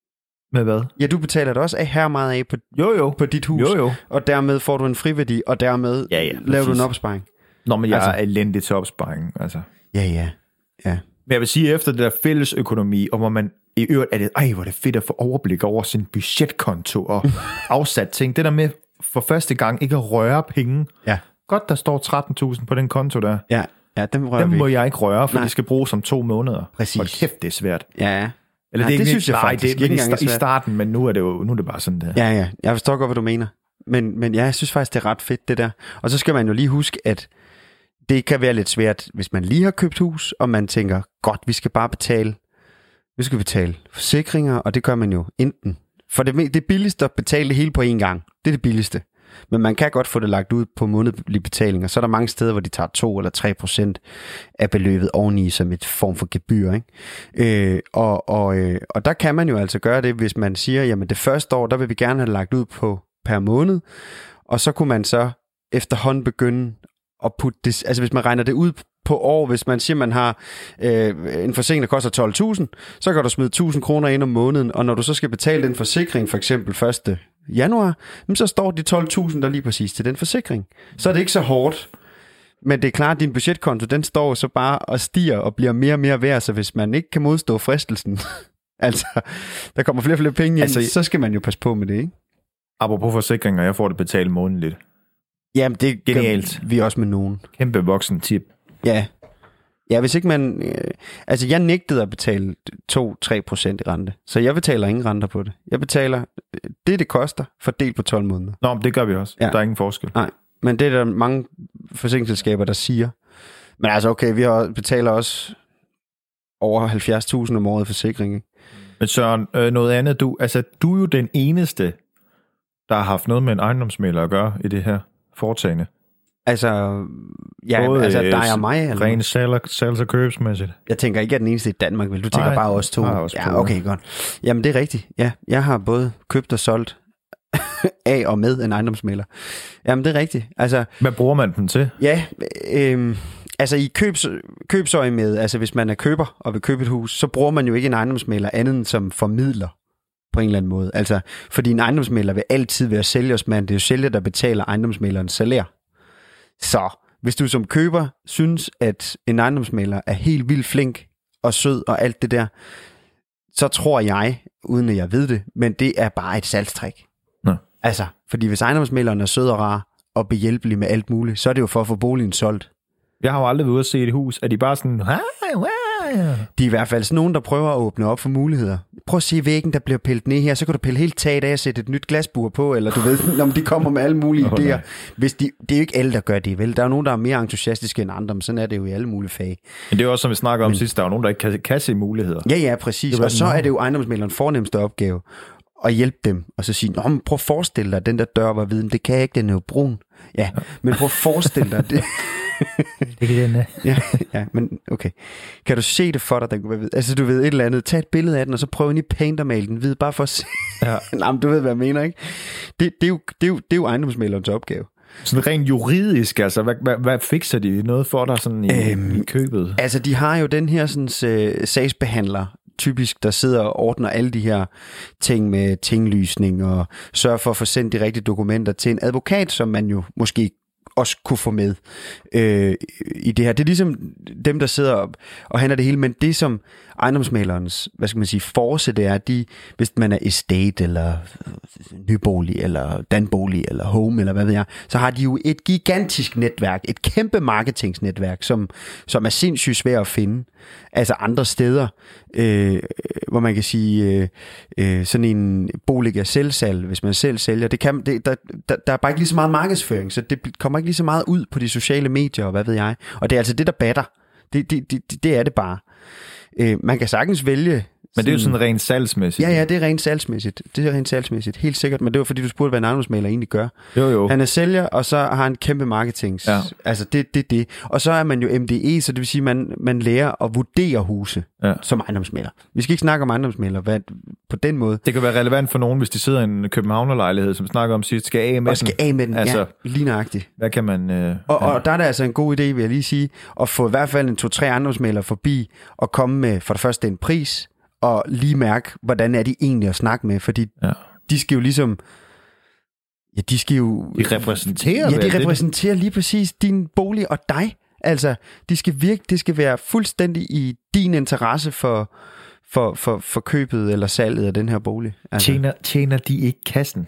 Med hvad? Ja, du betaler det også af her meget af på, jo, jo. på dit hus. Jo, jo. Og dermed får du en friværdi, og dermed ja, ja, laver du en opsparing. Nå, men jeg altså. er elendig til opsparing, altså. Ja, ja, ja. Men jeg vil sige, efter det der fælles økonomi, og hvor man i øvrigt er det, ej, hvor er det fedt at få overblik over sin budgetkonto og afsat ting. Det der med for første gang ikke at røre penge. Ja. Godt, der står tretten tusind på den konto der. Ja, ja dem rører dem vi. må jeg ikke røre, for Nej. de skal bruges om to måneder. Præcis. Hold kæft, det er svært. Ja, ja. Eller Nej, det, det ikke, synes jeg nej, faktisk det er ikke i, i starten, men nu er det jo nu er det bare sådan der. Ja, ja. Jeg forstår godt, hvad du mener. Men, men ja, jeg synes faktisk, det er ret fedt, det der. Og så skal man jo lige huske, at det kan være lidt svært, hvis man lige har købt hus, og man tænker, godt, vi skal bare betale, vi skal betale forsikringer, og det gør man jo enten. For det, det billigste at betale det hele på én gang. Det er det billigste. Men man kan godt få det lagt ud på månedlige betalinger. Så er der mange steder, hvor de tager to eller tre procent af beløbet oveni som et form for gebyr. Ikke? Øh, og, og, øh, og der kan man jo altså gøre det, hvis man siger, jamen det første år, der vil vi gerne have det lagt ud på per måned. Og så kunne man så efterhånden begynde at putte det, altså hvis man regner det ud på år, hvis man siger, man har øh, en forsikring, der koster tolv tusind, så kan du smide tusind kroner ind om måneden, og når du så skal betale den forsikring, for eksempel første januar, så står de tolv tusind der lige præcis til den forsikring. Så er det ikke så hårdt, men det er klart, at din budgetkonto, den står så bare og stiger og bliver mere og mere værd, så hvis man ikke kan modstå fristelsen, altså, der kommer flere og flere penge ind, altså, så skal man jo passe på med det, ikke? Apropos forsikringer, jeg får det betalt månedligt. Jamen, det er genialt. Vi også med nogen. Kæmpe voksen tip. Ja. Ja, hvis ikke man... Øh, altså, jeg nægtede at betale to til tre procent i rente. Så jeg betaler ingen renter på det. Jeg betaler det, det koster, fordelt på tolv måneder. Nå, men det gør vi også. Ja. Der er ingen forskel. Nej, men det er der mange forsikringsselskaber, der siger. Men altså, okay, vi har, betaler også over halvfjerds tusind om året forsikring, ikke? Men Søren, øh, noget andet. Du, altså, du er jo den eneste, der har haft noget med en ejendomsmægler at gøre i det her foretagende. Altså, ja, Både, altså dig og mig. Eller ren sales og købsmæssigt. Jeg tænker ikke, at den eneste i Danmark vil. Du tænker Ej, bare os to. Også ja, okay, godt. Jamen, det er rigtigt. Ja, jeg har både købt og solgt af og med en ejendomsmægler. Jamen, det er rigtigt. Altså, hvad bruger man den til? Ja, øh, altså i købs, købsøje med, altså hvis man er køber og vil købe et hus, så bruger man jo ikke en ejendomsmægler andet end som formidler på en eller anden måde. Altså, fordi en ejendomsmægler vil altid være sælgersmand. Det er jo sælger, der betaler ejendomsmæglerens salær. Så hvis du som køber synes, at en ejendomsmægler er helt vildt flink og sød og alt det der, så tror jeg, uden at jeg ved det, men det er bare et salgstrik. Nå. Altså, fordi hvis ejendomsmægleren er sød og rar og behjælpelig med alt muligt, så er det jo for at få boligen solgt. Jeg har jo aldrig været ude at se et hus. Er de bare sådan... De er i hvert fald sådan nogen, der prøver at åbne op for muligheder. Prøv at se væggen, der bliver pillet ned her, så kan du pille helt taget af og sætte et nyt glasbur på, eller du ved, når de kommer med alle mulige oh, idéer. Hvis de, det er jo ikke alle, der gør det, vel? Der er jo nogen, der er mere entusiastiske end andre, men sådan er det jo i alle mulige fag. Men det er også, som vi snakker om men, sidst, der er jo nogen, der ikke kan, kan se muligheder. Ja, ja, præcis. Og så er det jo ejendomsmæglerens fornemmeste opgave at hjælpe dem, og så sige, nå, men prøv at forestille dig, at den der dør var viden, det kan jeg ikke, den er jo brun. Ja, men prøv at forestille dig det. Det kan den, ja, ja, men okay. Kan du se det for dig? Den, altså du ved et eller andet, tag et billede af den, og så prøv ind i paint og male den hvid, bare for at se. Ja. Nej, men du ved, hvad jeg mener, ikke? Det, det, er, jo, det, er, jo, det er jo ejendomsmæglerens opgave. Sådan rent juridisk, altså, hvad, hvad, hvad fikser de? Noget for dig sådan i, øhm, i købet? Altså, de har jo den her sådan, øh, sagsbehandler, typisk, der sidder og ordner alle de her ting med tinglysning og sørger for at få sendt de rigtige dokumenter til en advokat, som man jo måske også kunne få med øh, i det her. Det er ligesom dem, der sidder op og handler det hele, men det som ejendomsmælerens, hvad skal man sige, force, det er, de, hvis man er estate, eller nybolig, eller danbolig, eller home, eller hvad ved jeg, så har de jo et gigantisk netværk, et kæmpe marketingsnetværk, som, som er sindssygt svært at finde. Altså andre steder, øh, hvor man kan sige, øh, øh, sådan en bolig er selvsalg, hvis man selv sælger, det kan, det, der, der, der er bare ikke lige så meget markedsføring, så det kommer ikke lige så meget ud på de sociale medier, og hvad ved jeg. Og det er altså det, der batter. Det, det, det, det er det bare. Øh, man kan sagtens vælge... Men det er jo sådan rent salgsmæssigt. Ja, ja, det er rent salgsmæssigt. Det er rent salgsmæssigt, helt sikkert. Men det var fordi, du spurgte, hvad en ejendomsmægler egentlig gør. Jo, jo. Han er sælger, og så har han kæmpe marketings. Ja. Altså, det det, det. Og så er man jo M D E, så det vil sige, at man, man lærer at vurdere huse ja. som ejendomsmægler. Vi skal ikke snakke om ejendomsmægler hvad, på den måde. Det kan være relevant for nogen, hvis de sidder i en københavnerlejlighed, som snakker om, at skal af med og skal af med den, altså, ja, lige nøjagtigt. Hvad kan man... Øh, og, ja. og der er det altså en god idé, vil jeg lige sige, at få i hvert fald en to-tre ejendomsmæglere forbi, og komme med for det første en pris, og lige mærke, hvordan er de egentlig at snakke med, fordi ja. de skal jo ligesom, ja, de skal jo... De repræsenterer Ja, de repræsenterer lige præcis din bolig og dig. Altså, de skal virke, det skal være fuldstændig i din interesse for, for, for, for købet eller salget af den her bolig. Altså. Tjener, tjener de ikke kassen?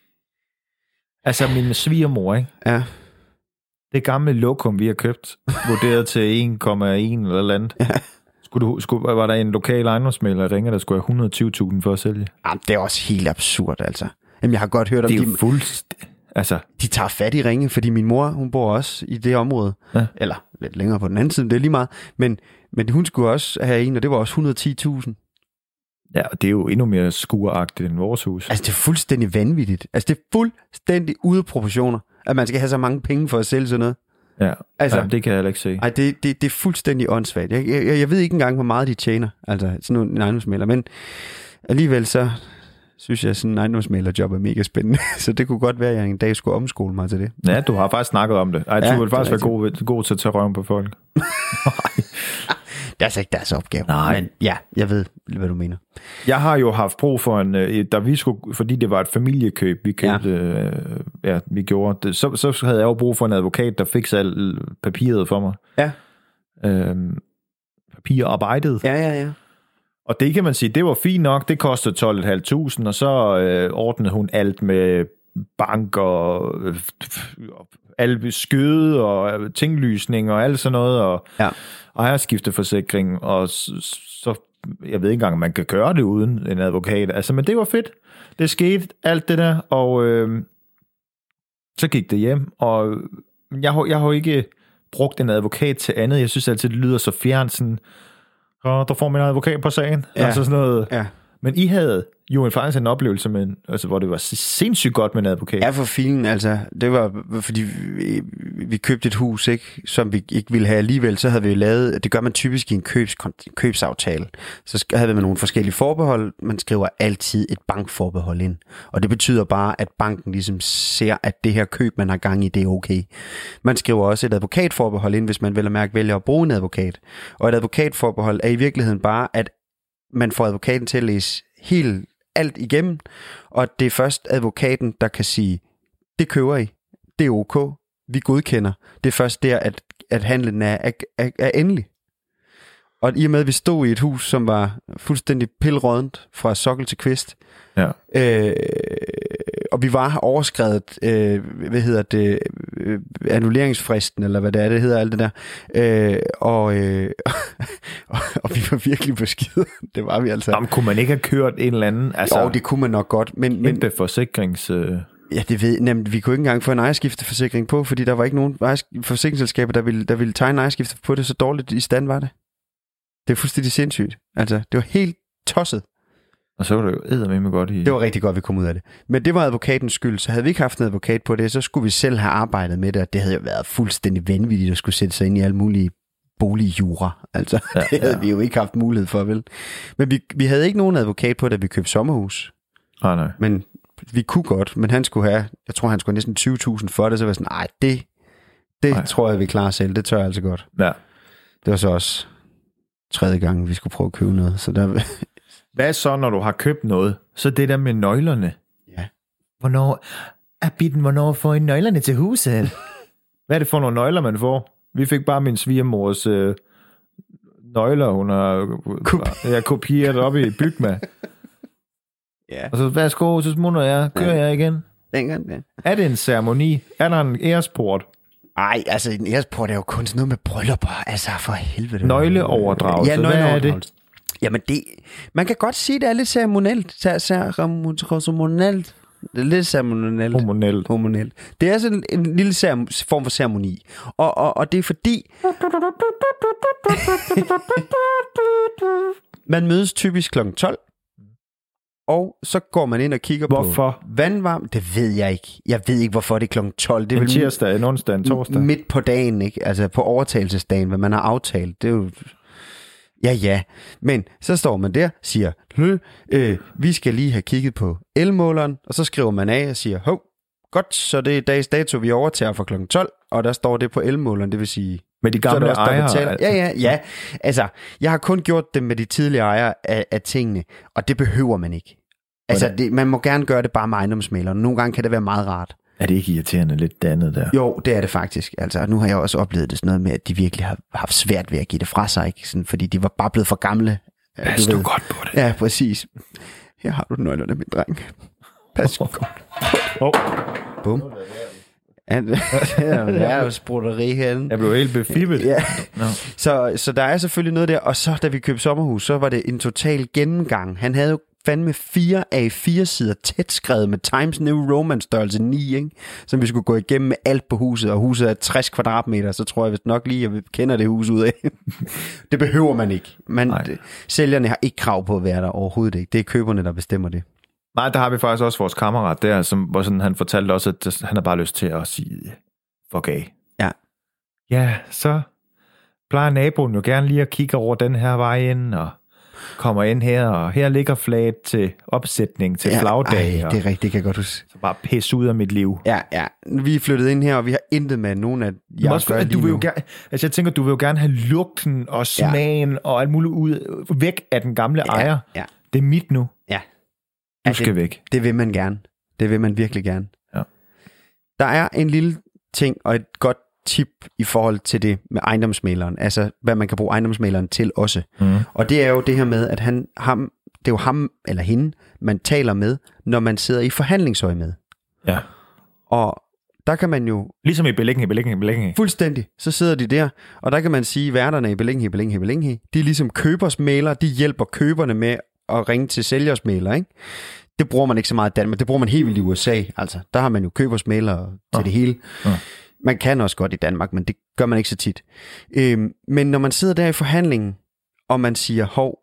Altså, min svigermor, ikke? Ja. Det gamle lokum, vi har købt, vurderet til en komma en eller eller andet. Ja. Skulle du, skulle, var der en lokal ejendomsmægler, der ringer, der skulle have et hundrede og tyve tusind for at sælge? Jamen, det er også helt absurd, altså. Jamen, jeg har godt hørt om, det er de, jo fuldst... altså. de tager fat i ringe, fordi min mor, hun bor også i det område. Ja. Eller lidt længere på den anden side, det er lige meget. Men, men hun skulle også have en, og det var også et hundrede og ti tusind. Ja, og det er jo endnu mere skuragtigt end vores hus. Altså, det er fuldstændig vanvittigt. Altså, det er fuldstændig ude af proportioner, at man skal have så mange penge for at sælge sådan noget. Ja, altså, ja, det kan jeg heller ikke se. Nej, det, det, det er fuldstændig åndssvagt. Jeg, jeg, jeg ved ikke engang, hvor meget de tjener, altså sådan en ejendomsmægler, men alligevel så synes jeg, at sådan en ejendomsmæglerjob er mega spændende, så det kunne godt være, at jeg en dag skulle omskole mig til det. Ja, du har faktisk snakket om det. Ej, du ja, vil faktisk være god, god til at tage røven på folk. Det er altså ikke deres opgave. Nej. Men ja, jeg ved, hvad du mener. Jeg har jo haft brug for en, da vi skulle, fordi det var et familiekøb, vi købte, ja, øh, ja vi gjorde det, så, så havde jeg jo brug for en advokat, der fik alt papiret for mig. Ja. Øhm, papirarbejdet. Ja, ja, ja. Og det kan man sige, det var fint nok, det kostede tolv tusind fem hundrede, og så øh, ordnede hun alt med bank og øh, alle skøde og tinglysning og alt sådan noget, og ja, ejerskifteforsikring, og så, så, jeg ved ikke engang, om man kan gøre det uden en advokat, altså, men det var fedt, det skete, alt det der, og øh, så gik det hjem, og jeg har, jeg har ikke brugt en advokat til andet, jeg synes altid, det lyder så fjernt, sådan, og der får man en advokat på sagen, ja, altså sådan noget, ja. Men I havde jo faktisk en oplevelse, med, altså, hvor det var sindssygt godt med en advokat. Ja, for filen, altså, det var, fordi vi, vi købte et hus, ikke, som vi ikke ville have alligevel, så havde vi lavet, det gør man typisk i en købs, købsaftale, så havde man nogle forskellige forbehold, man skriver altid et bankforbehold ind, og det betyder bare, at banken ligesom ser, at det her køb, man har gang i, det er okay. Man skriver også et advokatforbehold ind, hvis man vel at mærke vælger at bruge en advokat, og et advokatforbehold er i virkeligheden bare, at man får advokaten til at læse helt alt igennem, og det er først advokaten, der kan sige, det køber I, det er ok, vi godkender. Det er først der, at, at handlen er, er, er, er endelig. Og i og med, at vi stod i et hus, som var fuldstændig pilrådent fra sokkel til kvist, ja, øh, og vi var overskredet, øh, hvad hedder det, øh, annulleringsfristen, eller hvad det er, det hedder, alt det der, øh, og, øh, og, og vi var virkelig på skide. Det var vi altså. Jamen, kunne man ikke have kørt en eller anden? Altså, jo, det kunne man nok godt, men... men forsikrings... Øh... Ja, det ved nemlig, vi kunne ikke engang få en ejerskifteforsikring på, fordi der var ikke nogen forsikringsselskaber, der ville, der ville tegne ejerskifte på det, så dårligt i stand var det. Det er fuldstændig sindssygt. Altså, det var helt tosset. Og så var det jo eddermame godt i... Det var rigtig godt, vi kom ud af det. Men det var advokatens skyld, så havde vi ikke haft en advokat på det, så skulle vi selv have arbejdet med det, og det havde jo været fuldstændig vanvittigt at skulle sætte sig ind i alle mulige boligjura. Altså, ja, det havde ja. vi jo ikke haft mulighed for, vel? Men vi, vi havde ikke nogen advokat på, da vi købte sommerhus. Ah, nej. Men vi kunne godt, men han skulle have, jeg tror, han skulle have næsten tyve tusind for det, så var jeg sådan, nej, det, det ej. tror jeg, vi klarer selv. Det tør jeg altså godt. Ja. Det var så også tredje gang, vi skulle prøve at købe noget, så der... Hvad så, når du har købt noget? Så det der med nøglerne. Ja. Hvornår er bitten, hvornår får I nøglerne til huset? Hvad er det for nogle nøgler, man får? Vi fik bare min svigermors øh, nøgler, hun har Kopi- jeg kopieret op i Bygma. Ja. Og så, værsgo, så smutter jeg. Kører ja. jeg igen? Dengang, ja. Er det en ceremoni? Er der en æresport? Ej, altså en æresport er jo kun sådan noget med bryllupper. Altså for helvede. Nøgleoverdragelse. Ja, nøgleoverdragelse. Jamen det, man kan godt sige, det er lidt ceremonielt. Ceremonielt. Det er lidt ceremonielt. Hormonelt. Hormonelt. Det er sådan en, en lille cerem- form for ceremoni. Og, og, og det er fordi... man mødes typisk klokken tolv. Og så går man ind og kigger hvorfor? på vandvarme. Det ved jeg ikke. Jeg ved ikke, hvorfor det er klokken tolv. Det er en vel tirsdag, en onsdag, en torsdag. Midt på dagen, ikke? Altså på overtagelsesdagen, hvad man har aftalt. Det er jo... Ja, ja. Men så står man der, siger, øh, vi skal lige have kigget på elmåleren, og så skriver man af og siger, hov, godt, så det er dags dato, vi overtager fra klokken tolv, og der står det på elmåleren, det vil sige... Med de gamle også, ejere? Ja, ja, ja. Altså, jeg har kun gjort det med de tidligere ejere af, af tingene, og det behøver man ikke. Altså, det, man må gerne gøre det bare med ejendomsmægleren. Nogle gange kan det være meget rart. Er det ikke irriterende lidt dannet der? Jo, det er det faktisk. Altså, nu har jeg også oplevet det sådan noget med, at de virkelig har haft svært ved at give det fra sig, ikke? Sådan, fordi de var bare blevet for gamle. Pas du, du godt på det. Ja, præcis. Her har du nøglerne, min dreng. Pas oh. godt. Oh. Bum. Det er jo sprutteri herinde. Jeg blev helt befibbet. Ja. No. Så, så der er selvfølgelig noget der. Og så, da vi købte sommerhus, så var det en total gennemgang. Han havde jo fandme fire A fire sider tæt skrevet med Times New Roman størrelse ni, ikke? Som vi skulle gå igennem med alt på huset, og huset er tres kvadratmeter, så tror jeg vist nok lige, at vi kender det hus ud af. Det behøver man ikke. Man, sælgerne har ikke krav på at være der overhovedet ikke. Det er køberne, der bestemmer det. Nej, der har vi faktisk også vores kammerat der, som, hvor sådan, han fortalte også, at han har bare lyst til at sige, fuck af. Ja. Ja, så plejer naboen jo gerne lige at kigge over den her vej ind, og kommer ind her, og her ligger flaget til opsætning til ja, flagdag. Ej, det er rigtigt, det kan jeg godt huske. Så bare pisse ud af mit liv. Ja, ja. Vi er flyttet ind her, og vi har intet med nogen af jer også, at du vil jo gerne, altså jeg tænker, du vil jo gerne have lugten og smagen ja. og alt muligt ud, væk af den gamle ja, ejer. Ja. Det er mit nu. Ja. Du ja, skal det, væk. Det vil man gerne. Det vil man virkelig gerne. Ja. Der er en lille ting og et godt tip i forhold til det med ejendomsmæleren, altså hvad man kan bruge ejendomsmæleren til også. Mm. Og det er jo det her med, at han, ham, det er jo ham eller hende, man taler med, når man sidder i forhandlingsøje med. Ja. Og der kan man jo... Ligesom i beliggenhed, beliggenhed, beliggenhed. Fuldstændig. Så sidder de der, og der kan man sige, værterne i beliggenhed, beliggenhed, beliggenhed, de er ligesom købersmælere, de hjælper køberne med at ringe til sælgersmælere, ikke? Det bruger man ikke så meget i Danmark, det bruger man helt vildt i U S A, altså. Der har man jo købersmælere til ja. det hele. Ja. Man kan også godt i Danmark, men det gør man ikke så tit. Øhm, men når man sidder der i forhandlingen, og man siger, hov,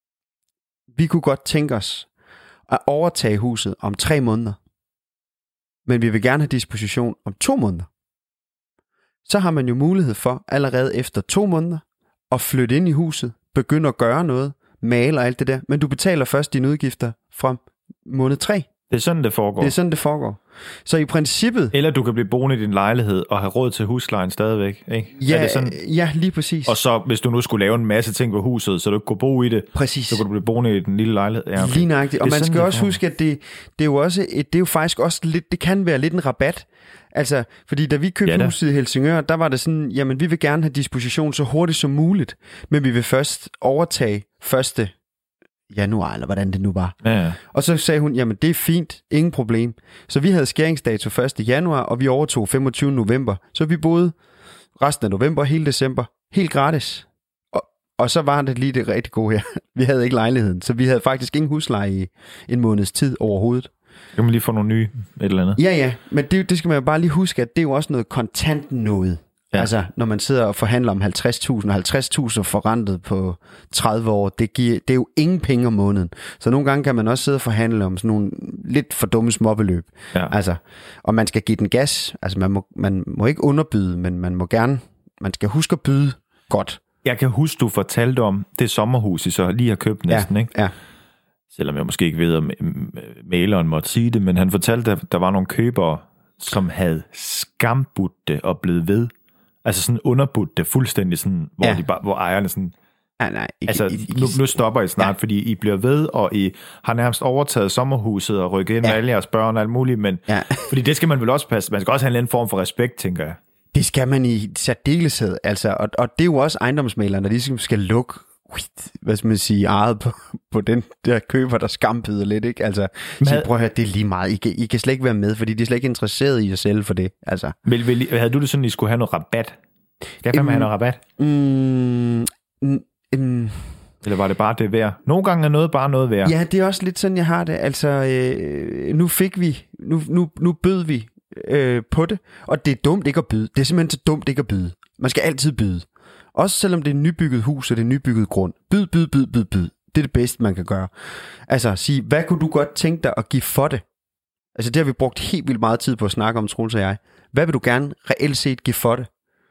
vi kunne godt tænke os at overtage huset om tre måneder, men vi vil gerne have disposition om to måneder, så har man jo mulighed for allerede efter to måneder at flytte ind i huset, begynde at gøre noget, male og alt det der, men du betaler først dine udgifter fra måned tre. Det er sådan, det foregår. Det er sådan, det foregår. Så i princippet... Eller du kan blive boende i din lejlighed og have råd til huslejen stadigvæk, ikke? Ja, er det sådan? Ja, lige præcis. Og så, hvis du nu skulle lave en masse ting på huset, så du ikke kunne bo i det, præcis. så kunne du blive boende i den lille lejlighed. Ja, okay. Lige nøjagtigt. Og man sådan, skal også får. huske, at det, det er jo også, et, det er jo faktisk også lidt, det kan være lidt en rabat. Altså, fordi da vi købte ja, huset i Helsingør, der var det sådan, jamen vi vil gerne have disposition så hurtigt som muligt, men vi vil først overtage første januar, eller hvordan det nu var. Ja, ja. Og så sagde hun, jamen det er fint, ingen problem. Så vi havde skæringsdato første januar, og vi overtog femogtyvende november. Så vi boede resten af november, hele december, helt gratis. Og, og så var det lige det rigtig gode her. Vi havde ikke lejligheden, så vi havde faktisk ingen husleje i en måneds tid overhovedet. Kan man lige få nogle nye, et eller andet? Ja, ja, men det, det skal man jo bare lige huske, at det er jo også noget kontant noget. Ja. Altså, når man sidder og forhandler om halvtreds tusind, halvtreds tusind forrentet på tredive år, det, giver, det er jo ingen penge om måneden. Så nogle gange kan man også sidde og forhandle om sådan nogle lidt for dumme småbeløb. Ja. Altså, og man skal give den gas. Altså, man må, man må ikke underbyde, men man må gerne, man skal huske at byde godt. Jeg kan huske, du fortalte om det sommerhus, I så lige har købt næsten, ja. ikke? Ja. Selvom jeg måske ikke ved, om mæleren måtte sige det, men han fortalte, at der var nogle købere, som havde skambudt det og blevet ved. Altså sådan underbudt det fuldstændig sådan, hvor, ja. de bare, hvor ejerne sådan... Ja, nej, ikke, altså, ikke, ikke, nu, nu stopper I snart, ja. fordi I bliver ved, og I har nærmest overtaget sommerhuset og rykket ind ja. med alle jeres børn og alt muligt, men ja. fordi det skal man vel også passe. Man skal også have en eller anden form for respekt, tænker jeg. Det skal man i særdeleshed, altså, og, og det er jo også ejendomsmælere, når de ligesom skal lukke, hvad skal man sige, ejet på, på den der køber, der skambyder lidt, ikke? Altså, så prøv at høre, det er lige meget. I kan, I kan slet ikke være med, fordi de er slet ikke interesseret i at sælge for det, altså. Vil, vil, havde du det sådan, at I skulle have noget rabat? Skal jeg um, have noget rabat? Mm, mm, mm, Eller var det bare det værd? Nogle gange er noget bare noget værd. Ja, det er også lidt sådan, jeg har det. Altså, øh, nu fik vi, nu, nu, nu bød vi øh, på det, og det er dumt ikke at byde. Det er simpelthen så dumt ikke at byde. Man skal altid byde. Også selvom det er et nybygget hus, og det er en nybygget grund. Byd, byd, byd, byd, byd. Det er det bedste, man kan gøre. Altså, sige, hvad kunne du godt tænke dig at give for det? Altså, det har vi brugt helt vildt meget tid på at snakke om, Troels og jeg. Hvad vil du gerne reelt set give for det?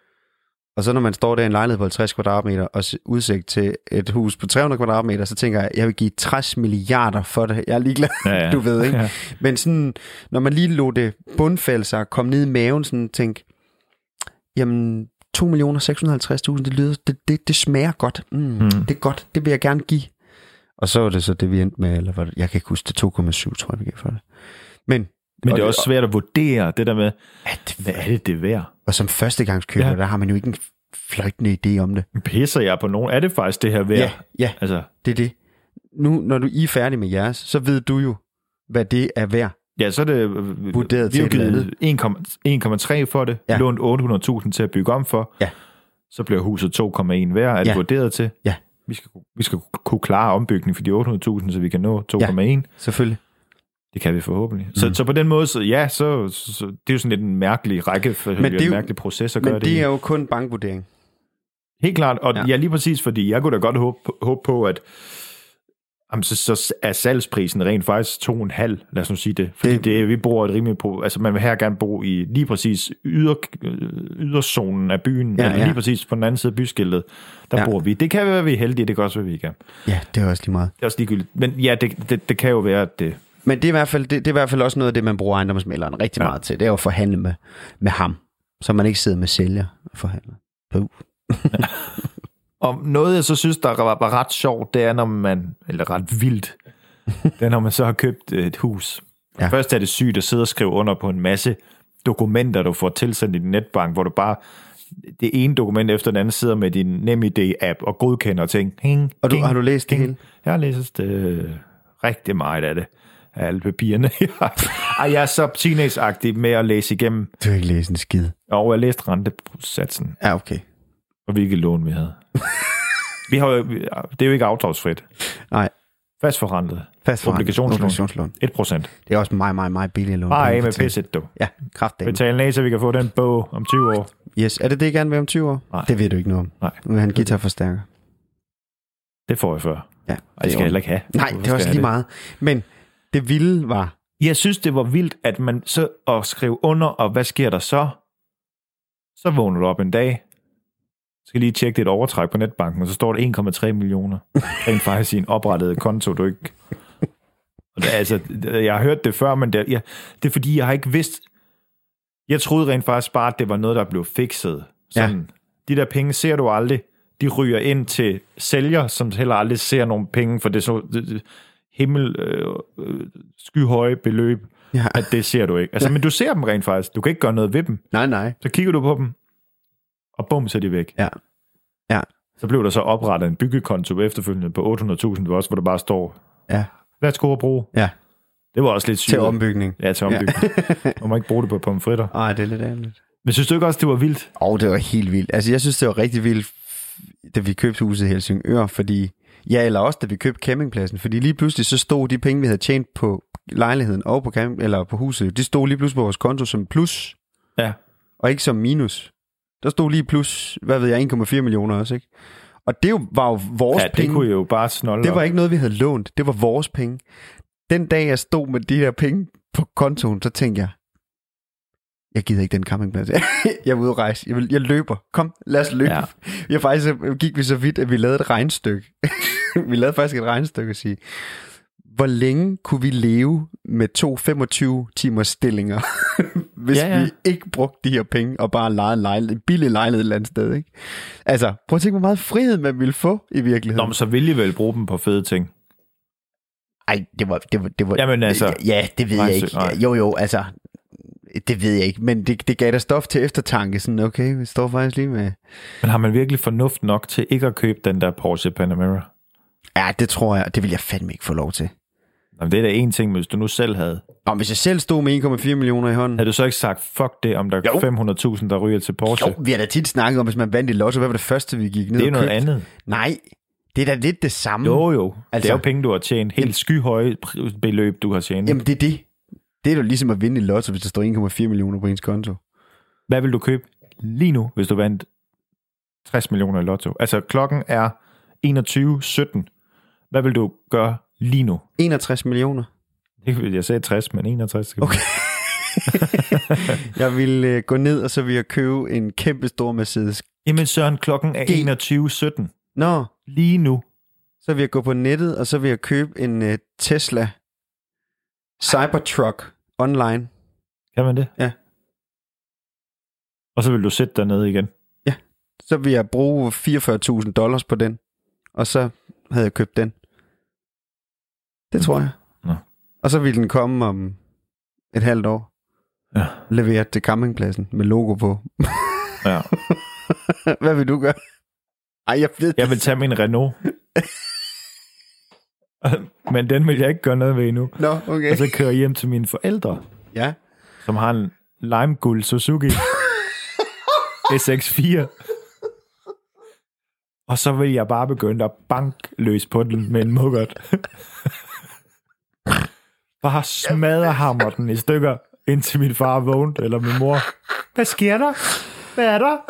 Og så når man står der i en lejlighed på halvtreds kvadratmeter og udsigt til et hus på tre hundrede kvadratmeter, så tænker jeg, jeg vil give tres milliarder for det. Jeg er ligeglad, ja, ja. Du ved, ikke? Ja. Men sådan, når man lige lod det bundfælde sig, kom ned i maven, sådan tænk, jamen, to millioner seks hundrede og halvtreds tusind, det lyder, det, det, det smager godt. Mm, mm. Det er godt, det vil jeg gerne give. Og så var det så det, vi endte med, eller jeg kan ikke huske det, to komma syv, tror jeg, vi gav for det. Men Men det er også svært at vurdere det der med, at, hvad er det, det værd? Og som førstegangskøber, ja. Der har man jo ikke en fløjtende idé om det. Pisser jeg på nogen? Er det faktisk det her værd? Ja, ja. Altså. Det er det. Nu, når du I er færdig med jeres, så ved du jo, hvad det er værd. Ja, så er det vurderet vi har givet en komma tre for det, ja. Lånt otte hundrede tusind til at bygge om for, ja. Så bliver huset to komma en værd, er det ja. Vurderet til. Ja. Vi skal, vi skal kunne klare ombygning for de otte hundrede tusind, så vi kan nå to komma en. Ja, selvfølgelig. Det kan vi forhåbentlig. Mm. Så, så på den måde, så, ja, så, så det er jo sådan lidt en mærkelig række, men det er jo, en mærkelig proces at gøre det. Men det er jo kun bankvurdering. Helt klart, og ja. Ja, lige præcis, fordi jeg kunne da godt håbe, håbe på, at jamen, så, så er salgsprisen rent faktisk to komma fem, lad os nu sige det. Fordi det, det vi bruger et rimelig på, altså man vil her gerne bo i lige præcis yder, yderzonen af byen, ja, ja. Lige præcis på den anden side af byskiltet, der ja. Bor vi. Det kan være, vi er heldige, det kan også være, vi kan. Ja, det er også lige meget. Det er også ligegyldigt. Men ja, det, det, det kan jo være, at det... Men det er, i hvert fald, det, det er i hvert fald også noget af det, man bruger ejendomsmægleren rigtig ja. Meget til. Det er jo at forhandle med, med ham, så man ikke sidder med sælger og forhandler. Puh. Ja. Og noget, jeg så synes, der var, var ret sjovt, det er, når man, eller ret vildt, det er, når man så har købt et hus. Ja. Først er det sygt at sidde og skrive under på en masse dokumenter, du får tilsendt i din netbank, hvor du bare, det ene dokument efter den anden sidder med din NemID-app og godkender ting. Hing, og du, hing, har du læst det hele? Jeg har læst det, rigtig meget af det. Af alle papirerne. Ej, jeg er så teenage-agtig med at læse igennem. Du har ikke læst en skid. Og jeg læste rentesatsen. Ja, okay. Og hvilket lån vi havde. vi har jo, det er jo ikke afdragsfrit. Nej. Fastforrentet. Fastforrentet. Obligationslån. Obligationslån. et procent. Det er også meget, meget, meget billigt lån. Bare af med pisset, du. Ja, kraftedeme. Betal ned, så vi kan få den bog om tyve år. Yes, er det det, gerne vil om tyve år? Nej. Det ved du ikke noget om. Nej. Nu er han guitarforstærker. Det får jeg før. Ja. Og det skal jeg heller ikke have. Nej, det er også lige det? Meget. Men det vilde var... Jeg synes, det var vildt, at man så at skrive under, og hvad sker der så? Så vågner du op en dag, skal lige tjekke dit overtræk på netbanken, og så står der en komma tre millioner. Rent faktisk i en oprettet konto, du ikke... Og det, altså, jeg har hørt det før, men det, ja, det er fordi, jeg har ikke vidst... Jeg troede rent faktisk bare, at det var noget, der blev fikset. Sådan, ja. De der penge ser du aldrig. De ryger ind til sælger, som heller aldrig ser nogen penge, for det er så... Det, himmel, øh, skyhøje beløb, ja. At det ser du ikke. Altså, men du ser dem rent faktisk. Du kan ikke gøre noget ved dem. Nej, nej. Så kigger du på dem, og bum, så er de væk. Ja. Ja. Så blev der så oprettet en byggekonto efterfølgende på otte hundrede tusind, også, hvor der bare står, ja. Værsgo at bruge. Ja. Det var også lidt sygt. Til ombygning. Ja, til ombygning. Ja. Man må ikke bruge det på pomfritter. Nej, det er lidt ærligt. Men synes du ikke også, det var vildt? Åh, oh, det var helt vildt. Altså, jeg synes, det var rigtig vildt, da vi købte huset i Helsingør, fordi ja, eller også da vi købte campingpladsen, fordi lige pludselig så stod de penge, vi havde tjent på lejligheden og på, camp- eller på huset, de stod lige pludselig på vores konto som plus, ja. Og ikke som minus. Der stod lige plus, hvad ved jeg, en komma fire millioner også, ikke? Og det jo, var jo vores ja, penge. det kunne jo bare snolde. Det var ikke noget, vi havde lånt. Det var vores penge. Den dag, jeg stod med de her penge på kontoen, så tænkte jeg, jeg gider ikke den campingplads. Jeg er ude at rejse. Jeg, vil, jeg løber. Kom, lad os løbe. Ja. Jeg faktisk gik vi så vidt, at vi lavede et regnstykke. Vi lavede faktisk et regnstykke at sige, hvor længe kunne vi leve med to femogtyve timers stillinger, hvis ja, ja. Vi ikke brugte de her penge og bare lejede en lejlighed, en billig lejlighed et eller andet sted, ikke? Altså, prøv at tænke, hvor meget frihed man ville få i virkeligheden. Nå, men så ville I vel bruge dem på fede ting? Ej, det var... Det var, det var Jamen altså... Ja, det ved jeg ikke. Nej. Jo, jo, altså... Det ved jeg ikke, men det, det gav da stof til eftertanke. Sådan, okay, vi står faktisk lige med... Men har man virkelig fornuft nok til ikke at købe den der Porsche Panamera? Ja, det tror jeg. Det vil jeg fandme ikke få lov til. Jamen, det er da en ting, hvis du nu selv havde... Nå, hvis jeg selv stod med en komma fire millioner i hånden... Havde du så ikke sagt, fuck det, om der er fem hundrede tusind, der ryger til Porsche? Jo, vi har da tit snakket om, hvis man vandt i lotto, hvad var det første, vi gik ned det er og noget købte? andet. Nej, det er da lidt det samme. Jo, jo. Altså, det er jo Altså- penge, du har tjent. Helt skyhøje beløb, du har tjent. Jamen, det er det. Det er jo ligesom at vinde i lotto, hvis der står en komma fire millioner på ens konto. Hvad vil du købe lige nu, hvis du vandt tres millioner i lotto? Altså, klokken er enogtyve sytten. Hvad vil du gøre lige nu? enogtres millioner. Ikke, jeg sagde tres, men enogtres. Okay. Jeg vil øh, gå ned, og så vil jeg købe en kæmpe stor Mercedes. Jamen Søren, klokken er enogtyve sytten. Nå, Lige nu. så vil jeg gå på nettet, og så vil jeg købe en øh, Tesla Cybertruck online. Kan man det? Ja. Og så vil du sætte dig ned igen. Så vil jeg bruge fireogfyrre tusind dollars på den, og så havde jeg købt den. Det tror jeg. Nå. Og så vil den komme om et halvt år. Ja. Leveret til campingpladsen med logo på. Ja. Hvad vil du gøre? Ej, jeg ved Jeg vil tage min Renault. Men den vil jeg ikke gøre noget ved endnu. Nå, okay. Og så kører jeg hjem til mine forældre, Ja. som har en limeguld Suzuki S X fire. Og så vil jeg bare begynde at banke løs på den med en muggert. Bare smadre hammer den i stykker, indtil min far vågnede, eller min mor. Hvad sker der? Hvad er der?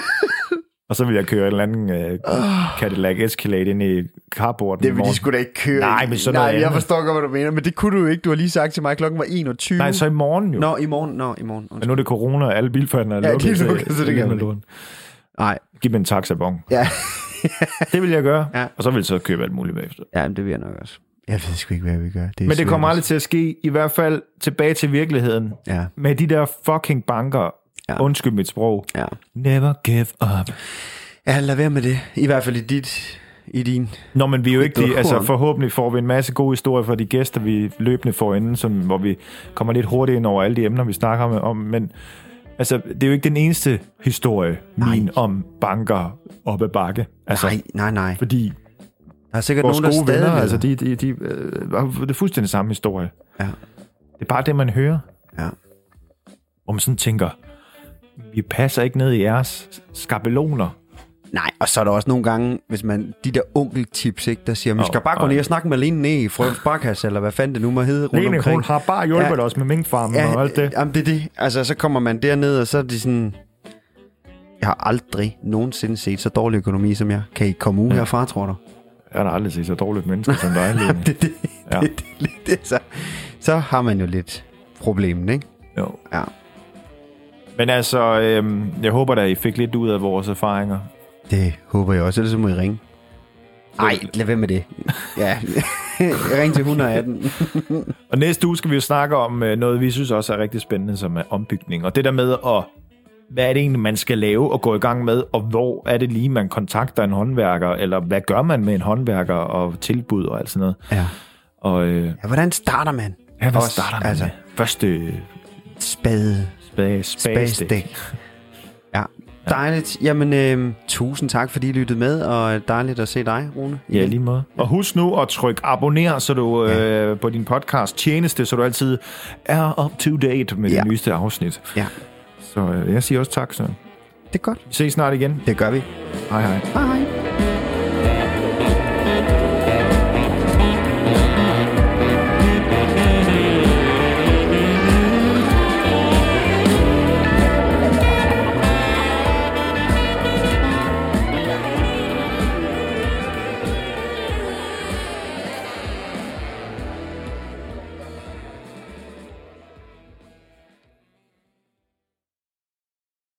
Og så vil jeg køre en eller anden uh, Cadillac Escalade ind i carporten. Det vil de sgu da ikke køre. Nej, men sådan noget Nej, jeg andet. forstår godt, hvad du mener, men det kunne du jo ikke. Du har lige sagt til mig, at klokken var enogtyve. Nej, så i morgen jo. Nå, i morgen. Nå, i morgen. Men nu er det corona, og alle bilforhandlere er Ja, lukket. de er lukket, så det kan man ikke. Nej. Giv mig en taxabon. Ja. Det vil jeg gøre. Ja. Og så vil jeg så købe alt muligt bagefter. Ja, det vil jeg nok også. Jeg ved sgu ikke, hvad vi gør. Det er Men det svært. kommer aldrig til at ske, i hvert fald tilbage til virkeligheden. Ja. Med de der fucking banker. Ja. Undskyld mit sprog. Ja. Never give up. Ja, lad være med det. I hvert fald i dit... I din... Nå, men vi er jo ikke Det de, var altså horn. forhåbentlig får vi en masse gode historier fra de gæster, vi løbende får inden, som, hvor vi kommer lidt hurtigt ind over alle de emner, vi snakker om, om men altså, det er jo ikke den eneste historie, Nej. min, om banker op ad bakke. Altså, Nej, nej, nej. fordi Der er sikkert vores nogen, der gode stadig... venner, altså, de, de, de, øh, det er fuldstændig samme historie. Ja. Det er bare det, man hører. Ja. Hvor man sådan tænker, vi passer ikke ned i jeres skabeloner. Nej, og så er der også nogle gange, hvis man... De der onkeltips, ikke, der siger, vi skal Åh, bare gå ej. ned og snakke med Lene ned i Frøens Barkasse, eller hvad fanden det nu må hedde rundt Lene, omkring. hun har bare hjulpet Ja. os med minkfarmen ja, og alt det. Jamen, det er det. Altså, så kommer man derned, og så er de sådan... Jeg har aldrig nogensinde set så dårlig økonomi som jeg. Kan I komme ud ja. herfra, tror du? Jeg har da aldrig set så dårligt menneske som dig, Lene. det, det, Ja. det, det, det, så, så har man jo lidt problemet, ikke? Jo. Ja. Men altså, øhm, jeg håber da, I fik lidt ud af vores erfaringer. Det håber jeg også, ellers så må I ringe. Nej, lad være med det. Ja, ring til et et atten. Og næste uge skal vi jo snakke om øh, noget, vi synes også er rigtig spændende, som er ombygning. Og det der med, at, hvad er det egentlig, man skal lave og gå i gang med, og hvor er det lige, man kontakter en håndværker, eller hvad gør man med en håndværker og tilbud og alt sådan noget. Ja. Og øh, Ja, hvordan starter man? ja, hvad Også, starter man altså, med? Første Spade. spade, spadestik. Spadestik. Ja, dejligt. Jamen, øh, tusind tak, fordi I lyttede med, og dejligt at se dig, Rune. Ja, lige måde. Og husk nu at trykke abonner, så du øh, på din podcast tjeneste, så du altid er up to date med Ja. det nyeste afsnit. Ja, Så øh, jeg siger også tak, så det er godt. vi ses snart igen. Det gør vi. Hej hej. Hej hej.